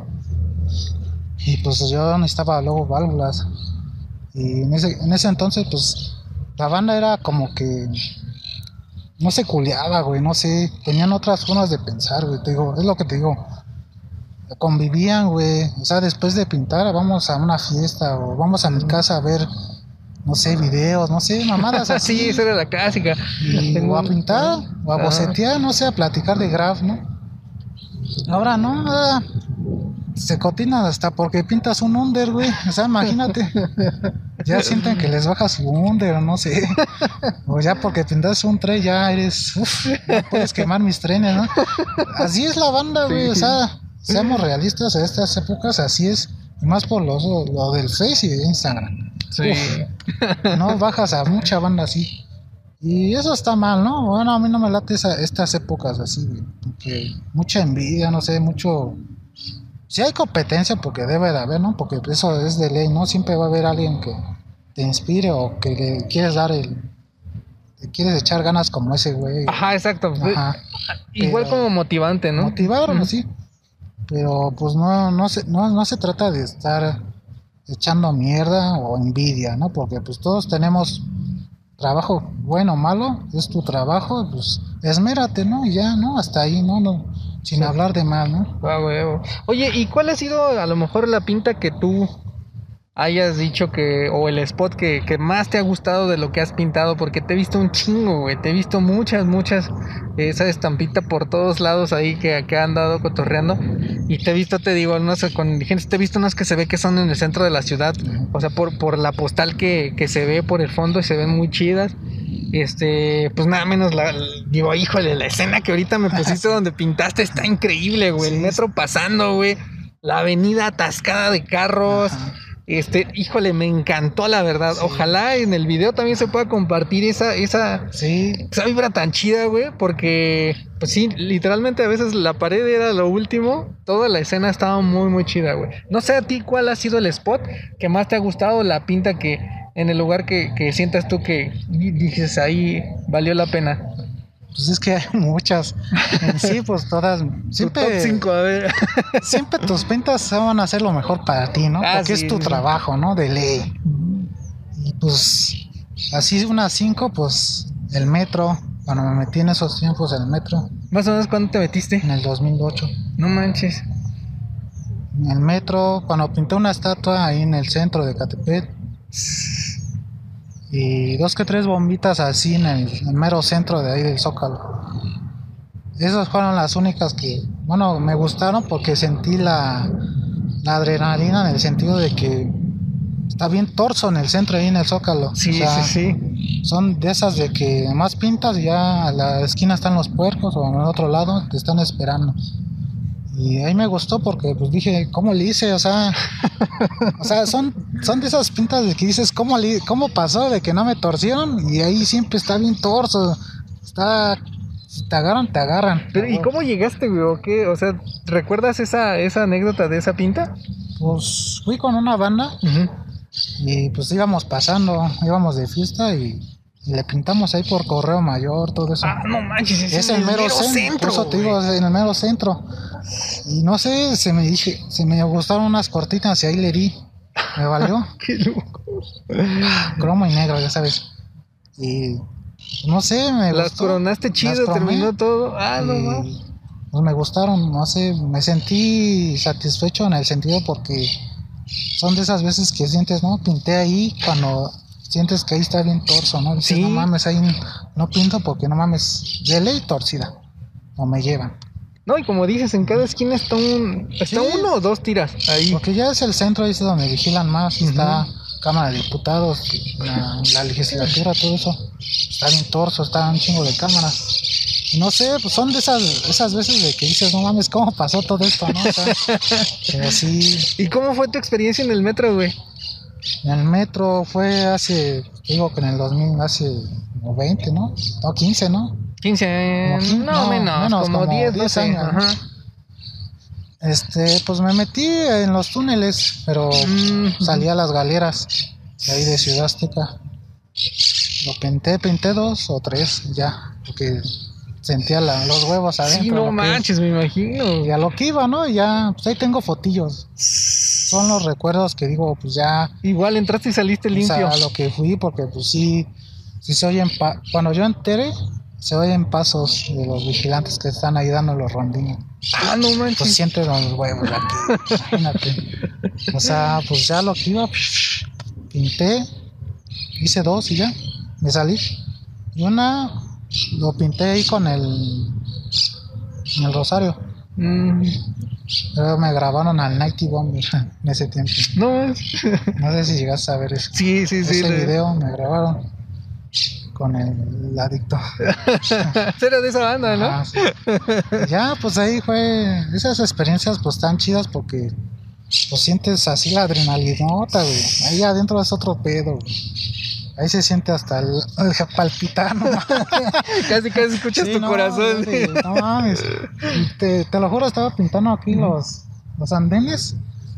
Y pues yo necesitaba luego válvulas. Y en ese entonces, pues, la banda era como que no se culeaba, güey, no sé. Tenían otras formas de pensar, güey, te digo, es lo que te digo. Convivían, güey, o sea, después de pintar vamos a una fiesta o vamos a mi casa a ver, no sé, videos, no sé, mamadas así. Sí, esa era la clásica. O a pintar, o a bocetear, no sé, a platicar de graf, ¿no? Ahora no, se cotinan hasta porque pintas un under, güey, o sea, imagínate. Ya sienten que les bajas su under, no sé. O ya porque pintas un tren ya eres, no puedes quemar mis trenes, ¿no? Así es la banda, güey, o sea... Seamos realistas, a estas épocas así es, y más por lo del Face y de Instagram. Sí. No bajas a mucha banda así. Y eso está mal, ¿no? Bueno, a mí no me late estas épocas así, güey, porque mucha envidia, no sé, mucho... Sí hay competencia porque debe de haber, ¿no? Porque eso es de ley, ¿no? Siempre va a haber alguien que te inspire o que le quieres dar te quieres echar ganas como ese güey. Ajá, exacto. Ajá. Igual como motivante, ¿no? Motivar, sí. Pero pues no se trata de estar echando mierda o envidia, ¿no? Porque pues todos tenemos trabajo, bueno o malo, es tu trabajo, pues esmérate, ¿no? Y ya, ¿no? Hasta ahí, ¿no? Sin hablar de mal, ¿no? Oye, ¿y cuál ha sido a lo mejor la pinta que tú hayas dicho o el spot que más te ha gustado de lo que has pintado? Porque te he visto un chingo, güey, te he visto muchas, esa estampita por todos lados ahí que han dado cotorreando, y te he visto, te digo, no sé, con gente, te he visto unas que se ve que son en el centro de la ciudad, o sea, por la postal que se ve por el fondo y se ven muy chidas. Pues nada menos digo, híjole, la escena que ahorita me pusiste donde pintaste está increíble, güey, el metro pasando, güey, la avenida atascada de carros. Ajá. Híjole, me encantó, la verdad. Sí. Ojalá en el video también se pueda compartir esa vibra tan chida, güey, porque pues sí, literalmente a veces la pared era lo último, toda la escena estaba muy, muy chida, güey. No sé a ti cuál ha sido el spot que más te ha gustado, la pinta que en el lugar que sientas tú que dices ahí valió la pena. Pues es que hay muchas. En sí, pues todas. Siempre. Top 5, a ver. Siempre tus pintas van a ser lo mejor para ti, ¿no? Porque sí, es tu trabajo, ¿no? De ley. Y pues, así unas 5, pues, el metro. Cuando me metí en esos tiempos, el metro. ¿Más o menos cuándo te metiste? En el 2008. No manches. En el metro, cuando pinté una estatua ahí en el centro de Catepec. Y 2 que 3 bombitas así en el mero centro de ahí del Zócalo. Esas fueron las únicas que, bueno, me gustaron porque sentí la adrenalina en el sentido de que está bien torso en el centro ahí en el Zócalo. Sí, o sea, sí. Son de esas de que más pintas y ya a la esquina están los puercos o en el otro lado te están esperando. Y ahí me gustó porque pues dije, ¿cómo le hice? O sea, son de esas pintas de que dices, ¿cómo pasó de que no me torcieron? Y ahí siempre está bien torso. Si te agarran. Pero, ¿y cómo llegaste, güey? ¿O qué? O sea, ¿recuerdas esa anécdota de esa pinta? Pues fui con una banda y pues íbamos de fiesta y le pintamos ahí por Correo Mayor, todo eso. Ah, no manches, es el mero centro. Eso te digo, es en el mero centro. Y no sé, se me gustaron unas cortitas y ahí le di. Me valió. Qué loco. Cromo y negro, ya sabes. Y no sé, me las gustó. Coronaste chido, terminó todo. No. Pues me gustaron, no sé, me sentí satisfecho en el sentido porque son de esas veces que sientes, ¿no? Pinté ahí cuando sientes que ahí está bien torso, ¿no? Dices, ¿sí? No mames, ahí no pinto porque no mames, de ley torcida. O me llevan. No, y como dices, en cada esquina está uno o dos tiras ahí. Porque ya es el centro, ahí es donde vigilan más, está Cámara de Diputados, la legislatura, todo eso. Está bien torso, está un chingo de cámaras. No sé, pues son de esas veces de que dices, no mames, ¿cómo pasó todo esto, no? O sea, pero sí. ¿Y cómo fue tu experiencia en el metro, güey? En el metro fue digo que en el 2000, hace como 20, ¿no? No, 15, ¿no? 15, menos, como 10, 12 años. Ajá. Pues me metí en los túneles, pero salí a las galeras de ahí de Ciudad Azteca. Lo pinté 2 o 3 ya, porque sentía los huevos adentro. Sí, no manches, me imagino. Y a lo que iba, ¿no? Y ya, pues ahí tengo fotillos. Son los recuerdos que digo, pues ya. Igual entraste y saliste limpio. O sea, a lo que fui, porque pues sí se oyen, cuando yo enteré, se oyen pasos de los vigilantes que están ahí dando los rondines. Ah, no manches. Pues sientes los huevos aquí, imagínate. O sea, pues ya lo que iba, pinté, hice 2 y ya, me salí. Y una lo pinté ahí en el Rosario. Pero me grabaron al Nighty Bomber en ese tiempo. No sé si llegaste a ver eso. Sí. Ese video me grabaron con el adicto. Era de esa banda, ¿no? Ah, sí. Ya, pues ahí fue. Esas experiencias pues tan chidas porque pues sientes así la adrenalinota, güey. Ahí adentro es otro pedo, güey. Ahí se siente hasta el palpitar, ¿no? casi escuchas tu corazón. No mames. Te lo juro, estaba pintando aquí los andenes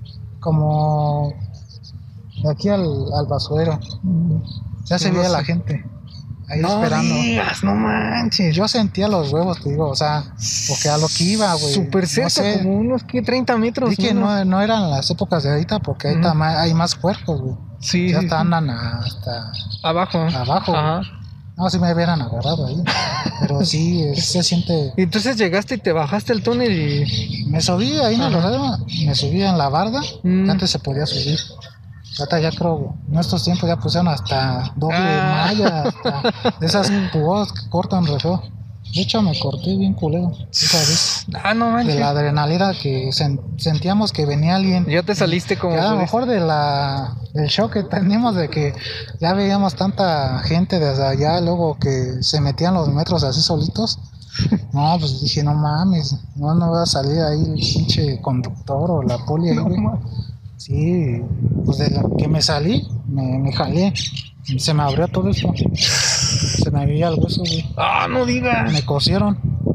como de aquí al basurero. Ya se veía la gente ahí esperando. No manches. Yo sentía los huevos, te digo, o sea, porque a lo que iba, güey. Súper cerca, no sé, como unos 30 metros. Sí, que no eran las épocas de ahorita, porque ahorita hay más puercos, güey. Sí. Ya andan hasta abajo. Ajá. No, si me hubieran agarrado ahí. Pero sí, se siente. Y entonces llegaste y te bajaste el túnel y. Me subí ahí en el Rosario, me subí en la barda, que antes se podía subir. Ahorita ya creo, en estos tiempos ya pusieron hasta doble malla, hasta de esas púas que cortan re feo. De hecho me corté bien culero esa vez. No manches. De la adrenalina que sentíamos que venía alguien. Ya te saliste como. Ya a lo mejor del shock que teníamos de que ya veíamos tanta gente desde allá, luego que se metían los metros así solitos. No, pues dije, no mames, no va a salir ahí el pinche conductor o la poli ahí, güey. Sí, pues de la que me salí, me jalé. Se me abrió todo esto. Se me veía el hueso, güey. No digas. Me cosieron.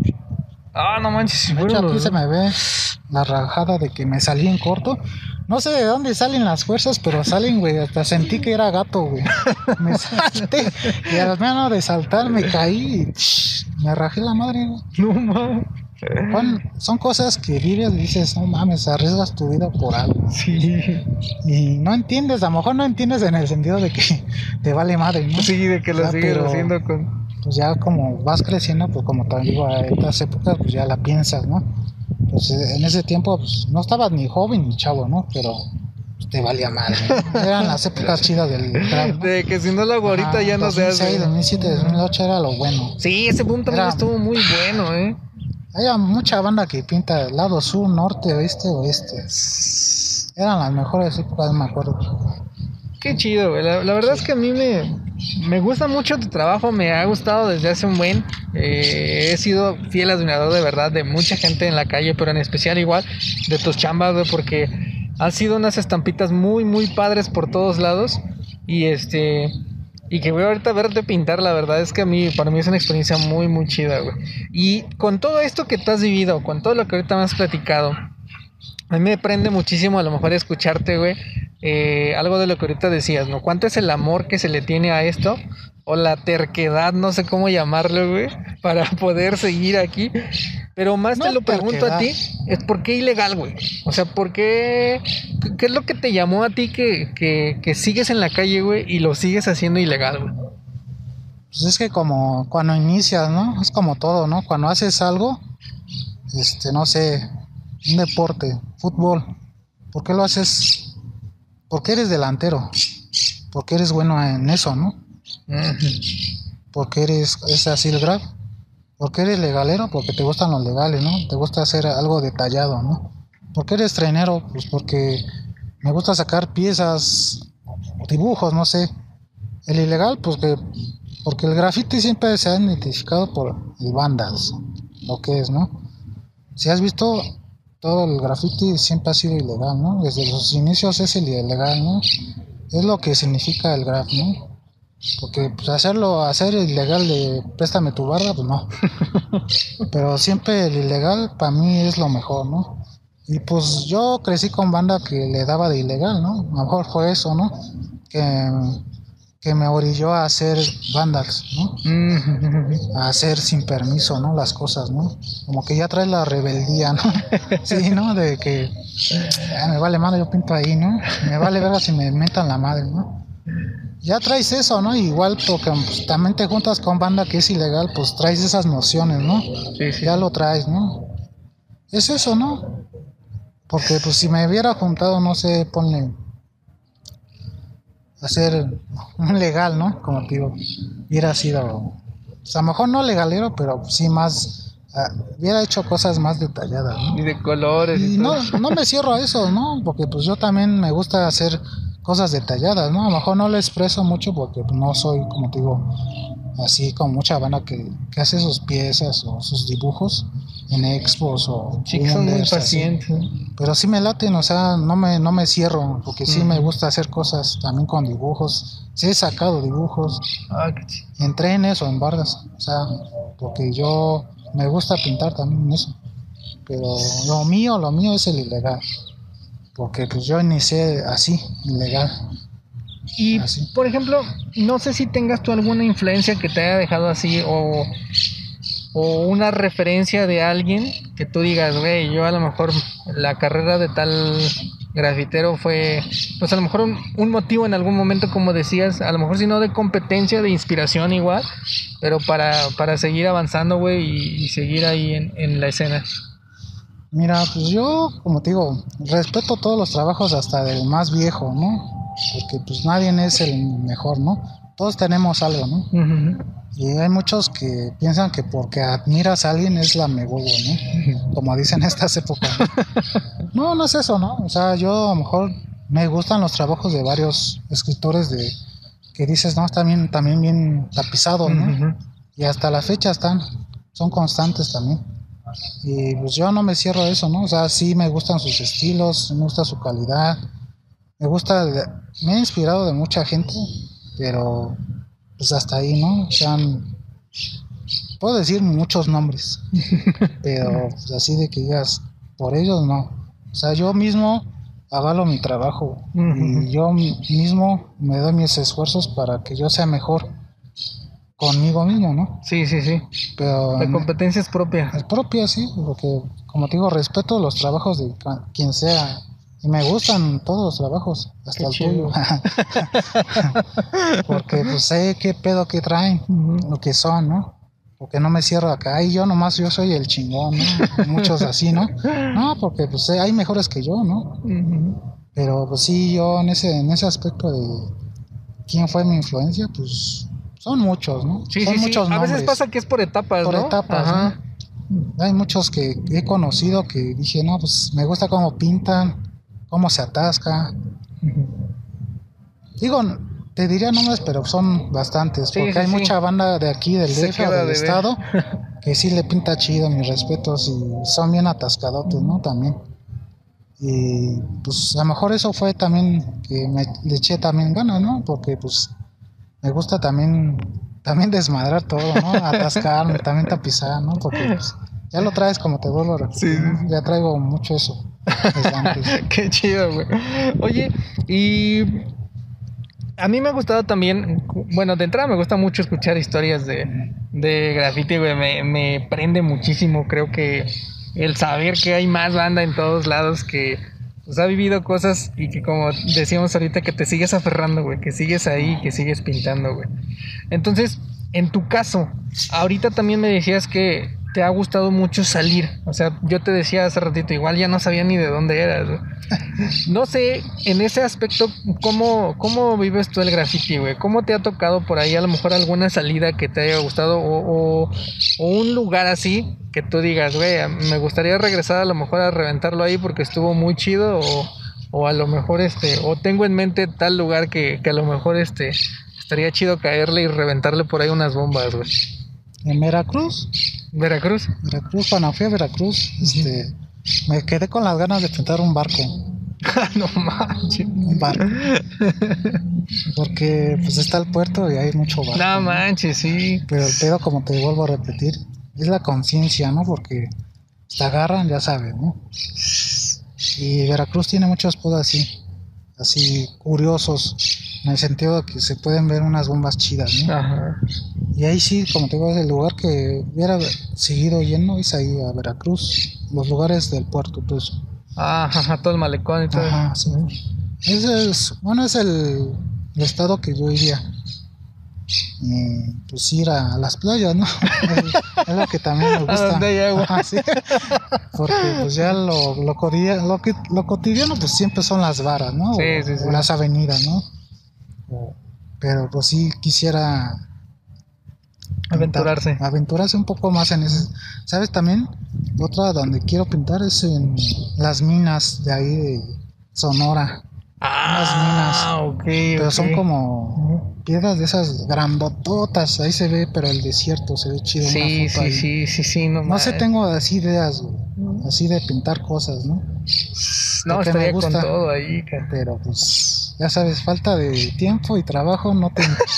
No manches. De hecho, aquí se me ve la rajada de que me salí en corto. No sé de dónde salen las fuerzas, pero salen, güey. Hasta sentí que era gato, güey. Me salté. Y al menos de saltar me caí y me rajé la madre, güey. No mames. Bueno, son cosas que vives y dices, no mames, arriesgas tu vida por algo. Sí. Y no entiendes, a lo mejor no entiendes en el sentido de que te vale madre, ¿no? Sí, de que lo sigues haciendo con. Pues ya como vas creciendo, pues como te digo, a estas épocas, pues ya la piensas, ¿no? Pues en ese tiempo, pues no estabas ni joven ni chavo, ¿no? Pero pues, te valía madre, ¿no? Eran las épocas chidas del trap, ¿no? De que si no lo hago ahorita ya no se hace. 2006, 2007, 2008 era lo bueno. Sí, ese boom también estuvo muy bueno, Había mucha banda que pinta lado sur, norte, oeste. Eran las mejores épocas, me acuerdo. Qué chido, güey. La verdad es que a mí me gusta mucho tu trabajo, me ha gustado desde hace un buen. He sido fiel admirador de verdad de mucha gente en la calle, pero en especial igual de tus chambas, güey, porque han sido unas estampitas muy, muy padres por todos lados. Y que voy a ahorita verte pintar, la verdad es que para mí es una experiencia muy, muy chida, güey. Y con todo esto que tú has vivido, con todo lo que ahorita me has platicado, a mí me prende muchísimo a lo mejor escucharte, güey, algo de lo que ahorita decías, ¿no? ¿Cuánto es el amor que se le tiene a esto? O la terquedad, no sé cómo llamarlo, güey, para poder seguir aquí. Pero más te lo pregunto a ti, es ¿por qué ilegal, güey? O sea, ¿por qué? ¿Qué es lo que te llamó a ti que sigues en la calle, güey, y lo sigues haciendo ilegal, güey? Pues es que como cuando inicias, ¿no? Es como todo, ¿no? Cuando haces algo, no sé, un deporte, fútbol, ¿por qué lo haces? Porque eres delantero, porque eres bueno en eso, ¿no? Porque es así el grab. Porque eres legalero, porque te gustan los legales, ¿no? Te gusta hacer algo detallado, ¿no? Porque eres trainero, pues porque me gusta sacar piezas dibujos, no sé. El ilegal, pues que porque el graffiti siempre se ha identificado por el vandals, lo que es, ¿no? Si has visto, todo el graffiti siempre ha sido ilegal, ¿no? Desde los inicios es el ilegal, ¿no? Es lo que significa el graf, ¿no? Porque pues hacer ilegal de préstame tu barra, pues no. Pero siempre el ilegal para mí es lo mejor, ¿no? Y pues yo crecí con banda que le daba de ilegal, ¿no? A lo mejor fue eso, ¿no? Que me orilló a hacer vandals, ¿no? A hacer sin permiso, ¿no? Las cosas, ¿no? Como que ya traes la rebeldía, ¿no? Sí, ¿no? De que me vale madre, yo pinto ahí, ¿no? Me vale verga si me mentan la madre, ¿no? Ya traes eso, ¿no? Igual porque pues, también te juntas con banda que es ilegal, pues traes esas nociones, ¿no? Sí, sí. Ya lo traes, ¿no? Es eso, ¿no? Porque pues si me hubiera juntado, no sé, ponle hacer un legal, ¿no? Como te digo, hubiera sido, o sea, a lo mejor no legalero, pero sí más, hubiera hecho cosas más detalladas, ¿no? Y de colores Y y todo. no me cierro a eso, ¿no? Porque pues yo también me gusta hacer cosas detalladas, ¿no? A lo mejor no lo expreso mucho porque pues, no soy, como te digo, así como mucha banda que hace sus piezas o sus dibujos en expos o Sí, que son muy wonders, pacientes. así. Pero sí me laten, o sea, no me cierro, porque sí me gusta hacer cosas también con dibujos. Sí he sacado dibujos, Ah, qué chido. entré en eso, en bardas, o sea, porque yo me gusta pintar también en eso. Pero lo mío es el ilegal, porque pues yo inicié así, ilegal. Y, Así. por ejemplo, no sé si tengas tú alguna influencia que te haya dejado así o una referencia de alguien que tú digas, güey, yo a lo mejor la carrera de tal grafitero fue, pues a lo mejor un motivo en algún momento, como decías, a lo mejor si no de competencia, de inspiración igual, pero para seguir avanzando, güey, y seguir ahí en la escena. Mira, pues yo, como te digo, respeto todos los trabajos hasta del más viejo, ¿no? Porque pues nadie es el mejor, ¿no? Todos tenemos algo, ¿no? Uh-huh. Y hay muchos que piensan que porque admiras a alguien es la megudo, ¿no? Como dicen en estas épocas. No, no es eso, ¿no? O sea, yo a lo mejor me gustan los trabajos de varios escritores de que dices, no, están también bien tapizados, ¿no? Uh-huh. Y hasta la fecha son constantes también. Y pues yo no me cierro a eso, ¿no? O sea, sí me gustan sus estilos, me gusta su calidad, me he inspirado de mucha gente, pero pues hasta ahí, ¿no? O sea, puedo decir muchos nombres, pero pues, así de que digas, por ellos no. O sea, yo mismo avalo mi trabajo y yo mismo me doy mis esfuerzos para que yo sea mejor conmigo mismo, ¿no? Sí, sí, sí. Pero La competencia es propia. es propia, sí, porque como te digo, respeto los trabajos de quien sea. Y me gustan todos los trabajos, hasta Qué el chido. tuyo. Porque pues sé qué pedo que traen, lo que son, ¿no? Porque no me cierro acá, y yo soy el chingón, ¿no? Muchos así, ¿no? No, porque pues hay mejores que yo, ¿no? Uh-huh. Pero pues sí, yo en ese aspecto de quién fue mi influencia, pues son muchos, ¿no? Sí, son sí, sí. muchos A veces nombres. pasa que es por etapas, Por ¿no? etapas, Ajá. ¿no? Hay muchos que he conocido que dije, no, pues me gusta cómo pintan, cómo se atasca. Digo, te diría nombres, pero son bastantes, Sí, porque sí, hay sí. mucha banda de aquí, del Se DF o queda del de ver. estado, que sí le pinta chido, mis respetos, y son bien atascadotes, ¿no? También. Y pues a lo mejor eso fue también que le eché también ganas, ¿no? Porque pues me gusta también desmadrar todo, ¿no? Atascarme, también tapizar, ¿no? Porque pues, ya lo traes, como te vuelvo a repetir, Sí, sí, ¿no? Ya traigo mucho eso desde antes. Qué chido, güey. Oye, y a mí me ha gustado también, bueno, de entrada me gusta mucho escuchar historias de graffiti, güey. Me prende muchísimo. Creo que el saber que hay más banda en todos lados que pues, ha vivido cosas y que, como decíamos ahorita, que te sigues aferrando, güey, que sigues ahí, que sigues pintando, güey. Entonces, en tu caso, ahorita también me decías que te ha gustado mucho salir. O sea, yo te decía hace ratito, igual ya no sabía ni de dónde eras, güey. No sé, en ese aspecto, ¿cómo vives tú el graffiti, güey? ¿Cómo te ha tocado por ahí a lo mejor alguna salida que te haya gustado o un lugar así que tú digas, güey, me gustaría regresar a lo mejor a reventarlo ahí porque estuvo muy chido o a lo mejor o tengo en mente tal lugar que a lo mejor estaría chido caerle y reventarle por ahí unas bombas, güey. En Veracruz, ¿Veracruz? cuando fui a Veracruz, me quedé con las ganas de pintar un barco. No manches. Un barco. Porque pues está el puerto y hay mucho barco. No manches, sí. Pero el pedo, como te vuelvo a repetir, es la conciencia, ¿no? Porque te agarran, ya sabes, ¿no? Y Veracruz tiene muchos spots así curiosos, en el sentido de que se pueden ver unas bombas chidas, ¿no? Ajá. Y ahí sí, como te digo, el lugar que hubiera seguido yendo es ahí a Veracruz, los lugares del puerto, pues. Ajá, todo el malecón y todo. Ajá, sí. Ese es el estado que yo iría. Pues ir a las playas, ¿no? Es lo que también me gusta. A donde hay agua. Ajá, sí. Porque pues ya lo cotidiano pues siempre son las varas, ¿no? Sí. O las avenidas, ¿no? Pero pues sí quisiera aventurarse un poco más en ese. ¿Sabes? También otra donde quiero pintar es en las minas de ahí de Sonora. Ok. Pero son como piedras de esas grandototas. Ahí se ve, pero el desierto se ve chido. Sí. No sé, tengo así ideas, así de pintar cosas, ¿no? No, estaría con todo ahí, cara. Pero pues, ya sabes, falta de tiempo y trabajo no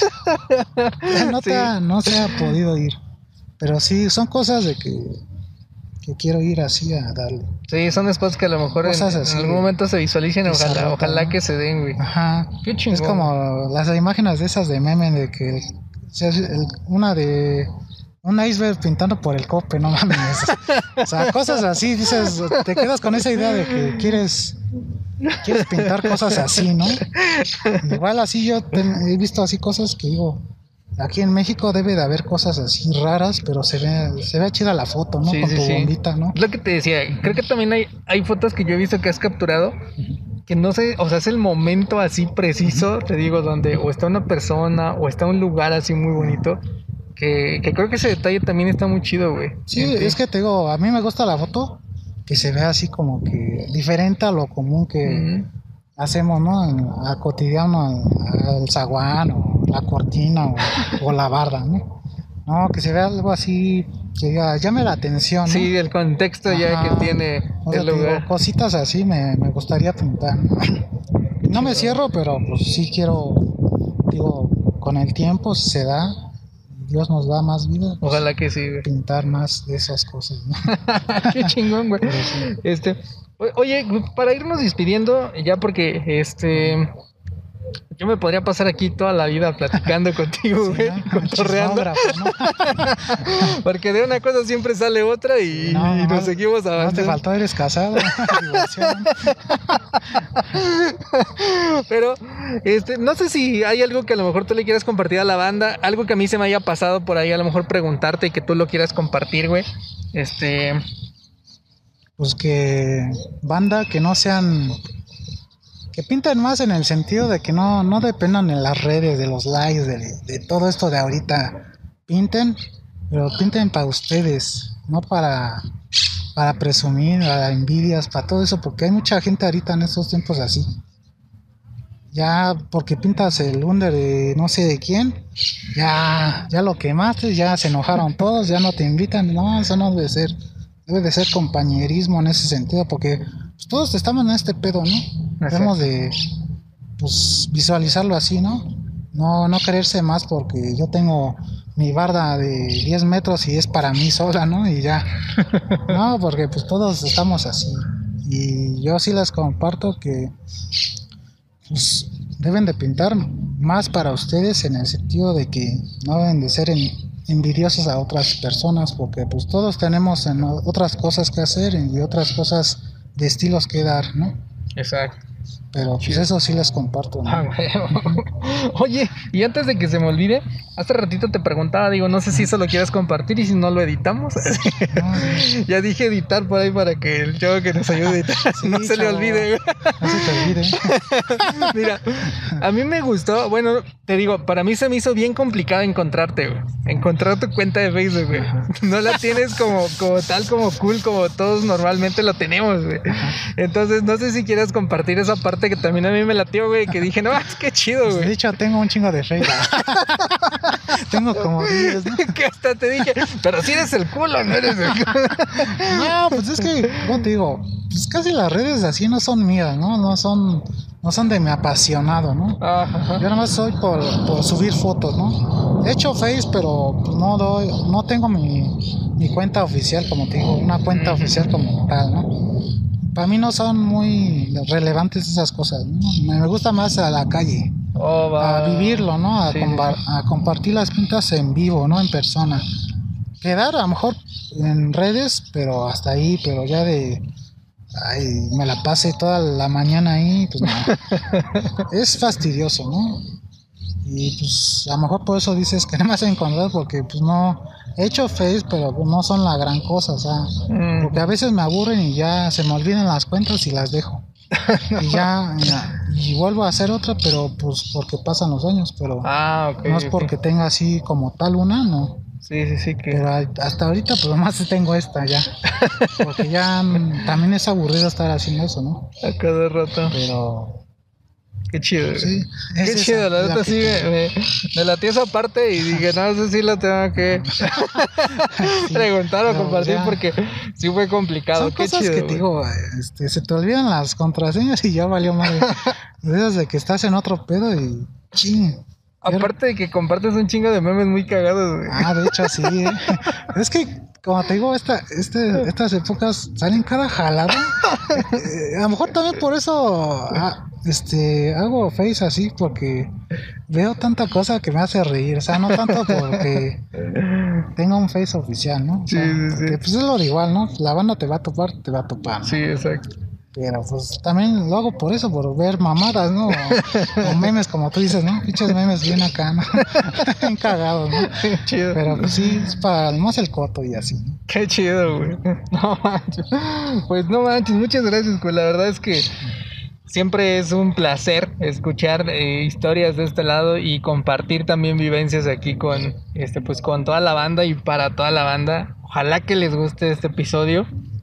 se ha podido ir. Pero sí, son cosas de que quiero ir así a darle. Sí, son spots que a lo mejor en algún momento se visualicen, ojalá que se den, güey. Ajá. Qué chingón. Es como las imágenes de esas de meme de que una de un iceberg pintando por el cope, no mames. O sea, cosas así, dices, te quedas con esa idea de que quieres pintar cosas así, ¿no? Igual así yo he visto así cosas que digo, aquí en México debe de haber cosas así raras, pero se ve chida la foto, ¿no? Con tu bombita, ¿no? Es lo que te decía, creo que también hay fotos que yo he visto que has capturado, que no sé, o sea, es el momento así preciso, te digo, donde o está una persona o está un lugar así muy bonito, que creo que ese detalle también está muy chido, güey. Sí, es que te digo, a mí me gusta la foto que se ve así como que diferente a lo común que hacemos, ¿no? A cotidiano, al zaguán o la cortina o la barda, ¿no? No, que se vea algo así que llame la atención, ¿no? Sí, el contexto ya que tiene el lugar. Digo, cositas así me gustaría pintar. No me cierro, pero pues sí quiero, digo, con el tiempo si se da, Dios nos da más vida. Pues, ojalá que sí, güey. Pintar más de esas cosas, ¿no? Qué chingón, güey. Sí. Oye, para irnos despidiendo, ya porque yo me podría pasar aquí toda la vida platicando contigo, güey, ¿no? Cotorreando. ¿No? Porque de una cosa siempre sale otra y nos seguimos avanzando. No te faltó, eres casado. Pero, no sé si hay algo que a lo mejor tú le quieras compartir a la banda, algo que a mí se me haya pasado por ahí, a lo mejor preguntarte y que tú lo quieras compartir, güey. Pues que banda que no sean, que pinten más en el sentido de que no dependan en las redes, de los likes, de todo esto de ahorita. Pinten, pero pinten para ustedes, no para presumir, para envidias, para todo eso, porque hay mucha gente ahorita en estos tiempos así. Ya porque pintas el under de no sé de quién, ya lo quemaste, ya se enojaron todos, ya no te invitan. No, eso no debe ser. Debe de ser compañerismo en ese sentido, porque pues, todos estamos en este pedo, ¿no? Debemos de pues, visualizarlo así, ¿no? No quererse más porque yo tengo mi barda de 10 metros y es para mí sola, ¿no? Y ya. No, porque pues todos estamos así. Y yo sí les comparto que pues, deben de pintar más para ustedes en el sentido de que no deben de ser envidiosos a otras personas, porque pues todos tenemos otras cosas que hacer y otras cosas de estilos que dar, ¿no? Exacto. Pero pues eso sí les comparto, ¿no? Oye, y antes de que se me olvide, hace ratito te preguntaba, digo, no sé si eso lo quieres compartir y si no lo editamos. Ya dije editar por ahí para que el chavo que nos ayude a editar no se le olvide. No se te olvide. Mira, a mí me gustó, bueno, te digo, para mí se me hizo bien complicado encontrarte, güey. Encontrar tu cuenta de Facebook, güey. No la tienes como tal, como cool, como todos normalmente lo tenemos, güey. Entonces, no sé si quieres compartir esa parte que también a mí me latió, güey, que dije, no, qué chido, güey. De hecho, tengo un chingo de Facebook. Tengo como 10, ¿no? Que hasta te dije, pero si eres el culo, no eres el culo. No, pues es que, como te digo, pues casi las redes así no son mías, ¿no? No son de mi apasionado, ¿no? Ajá. Yo nada más soy por subir fotos, ¿no? He hecho Face, pero pues no tengo mi cuenta oficial, como te digo, una cuenta oficial como tal, ¿no? Para mí no son muy relevantes esas cosas, ¿no? Me gusta más a la calle, a vivirlo, ¿no? A compartir las pintas en vivo, ¿no? En persona. Quedar a lo mejor en redes, pero hasta ahí, pero ya me la pasé toda la mañana ahí, pues no. Es fastidioso, ¿no? Y pues a lo mejor por eso dices que no me has encontrado, porque pues no he hecho Face, pero no son la gran cosa, o sea, porque a veces me aburren y ya se me olvidan las cuentas y las dejo. Y vuelvo a hacer otra, pero pues porque pasan los años, pero okay, no es porque tenga así como tal una, no. Sí, Pero hasta ahorita pues nomás tengo esta ya, porque ya también es aburrido estar haciendo eso, ¿no? A cada rato. Pero qué chido, sí, qué chido, la neta sí me latió esa parte y dije, no, eso sí lo tengo que preguntar o compartir ya, porque sí fue complicado. Son qué cosas chido, que te digo, se te olvidan las contraseñas y ya valió madre. Desde que estás en otro pedo y ching. Aparte de que compartes un chingo de memes muy cagados, güey. De hecho sí, Es que, como te digo, estas épocas salen cada jalada. A lo mejor también por eso hago Face así, porque veo tanta cosa que me hace reír. O sea, no tanto porque tenga un Face oficial, ¿no? O sea, sí. Pues es lo de igual, ¿no? La banda te va a topar, ¿no? Sí, exacto. Pero pues también lo hago por eso, por ver mamadas, ¿no? O memes, como tú dices, ¿no? Pinches memes bien acá, ¿no? Bien cagados, ¿no? Chido. Pero pues sí, es para más el coto y así, ¿no? Qué chido, güey. No manches. Pues no manches, muchas gracias, güey. La verdad es que siempre es un placer escuchar historias de este lado y compartir también vivencias aquí con pues con toda la banda y para toda la banda. Ojalá que les guste este episodio.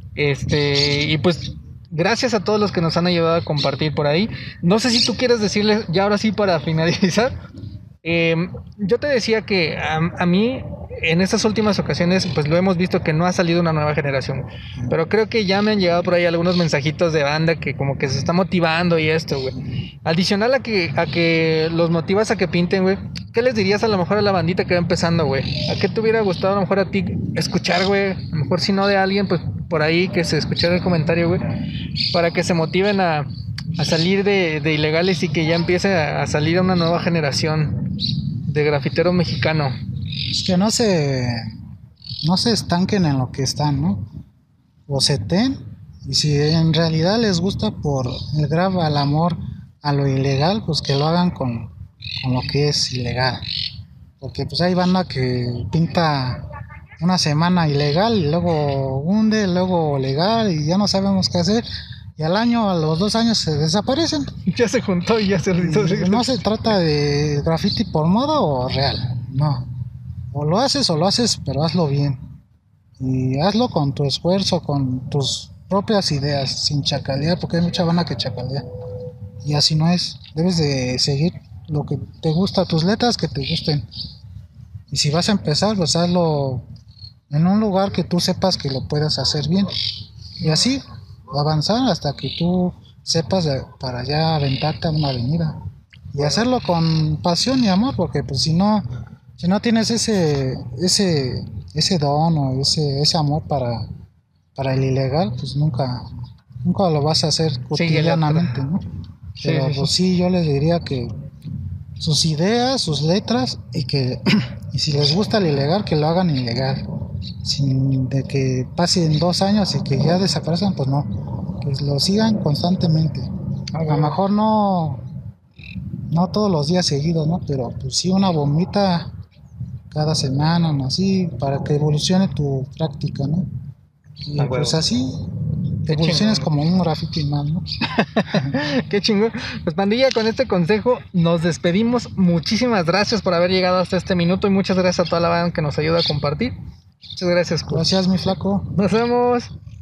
Y pues gracias a todos los que nos han ayudado a compartir por ahí. No sé si tú quieres decirles, ya ahora sí para finalizar. Yo te decía que a mí, en estas últimas ocasiones, pues lo hemos visto que no ha salido una nueva generación. Pero creo que ya me han llegado por ahí algunos mensajitos de banda que como que se está motivando y esto, güey. Adicional a que los motivas a que pinten, güey. ¿Qué les dirías a lo mejor a la bandita que va empezando, güey? ¿A qué te hubiera gustado a lo mejor a ti escuchar, güey? A lo mejor si no de alguien, pues por ahí que se escuchara el comentario, güey. Para que se motiven a salir de ilegales y que ya empiece a salir una nueva generación de grafiteros mexicanos. Es que no se estanquen en lo que están, ¿no? O se ten, y si en realidad les gusta por el grab al amor a lo ilegal, pues que lo hagan con lo que es ilegal. Porque pues hay banda que pinta una semana ilegal y luego hunde, luego legal y ya no sabemos qué hacer. Y al año, a los 2 años se desaparecen. Ya se juntó y ya se hizo. No se trata de graffiti por moda o real, no. O lo haces, pero hazlo bien. Y hazlo con tu esfuerzo, con tus propias ideas, sin chacalear, porque hay mucha banda que chacalea. Y así no es. Debes de seguir lo que te gusta, tus letras que te gusten. Y si vas a empezar, pues hazlo en un lugar que tú sepas que lo puedas hacer bien. Y así avanzar hasta que tú sepas para ya aventarte a una avenida. Y hacerlo con pasión y amor, porque pues si no tienes ese don o ese amor para el ilegal, pues nunca lo vas a hacer cotidianamente, ¿no? Pero pues sí, yo les diría que sus ideas, sus letras y si les gusta el ilegal, que lo hagan ilegal, sin de que pasen 2 años y que ya desaparezcan, pues no, que lo sigan constantemente. A lo mejor no todos los días seguidos, ¿no? Pero pues sí una bombita cada semana, ¿no? Así, para que evolucione tu práctica, ¿no? Y Ah, pues huevo. así Qué evoluciones chingón. como un graffiti más, ¿no? Qué chingón. Pues pandilla, con este consejo nos despedimos. Muchísimas gracias por haber llegado hasta este minuto y muchas gracias a toda la banda que nos ayuda a compartir. Muchas gracias, Kurt. Gracias, mi flaco. Nos vemos.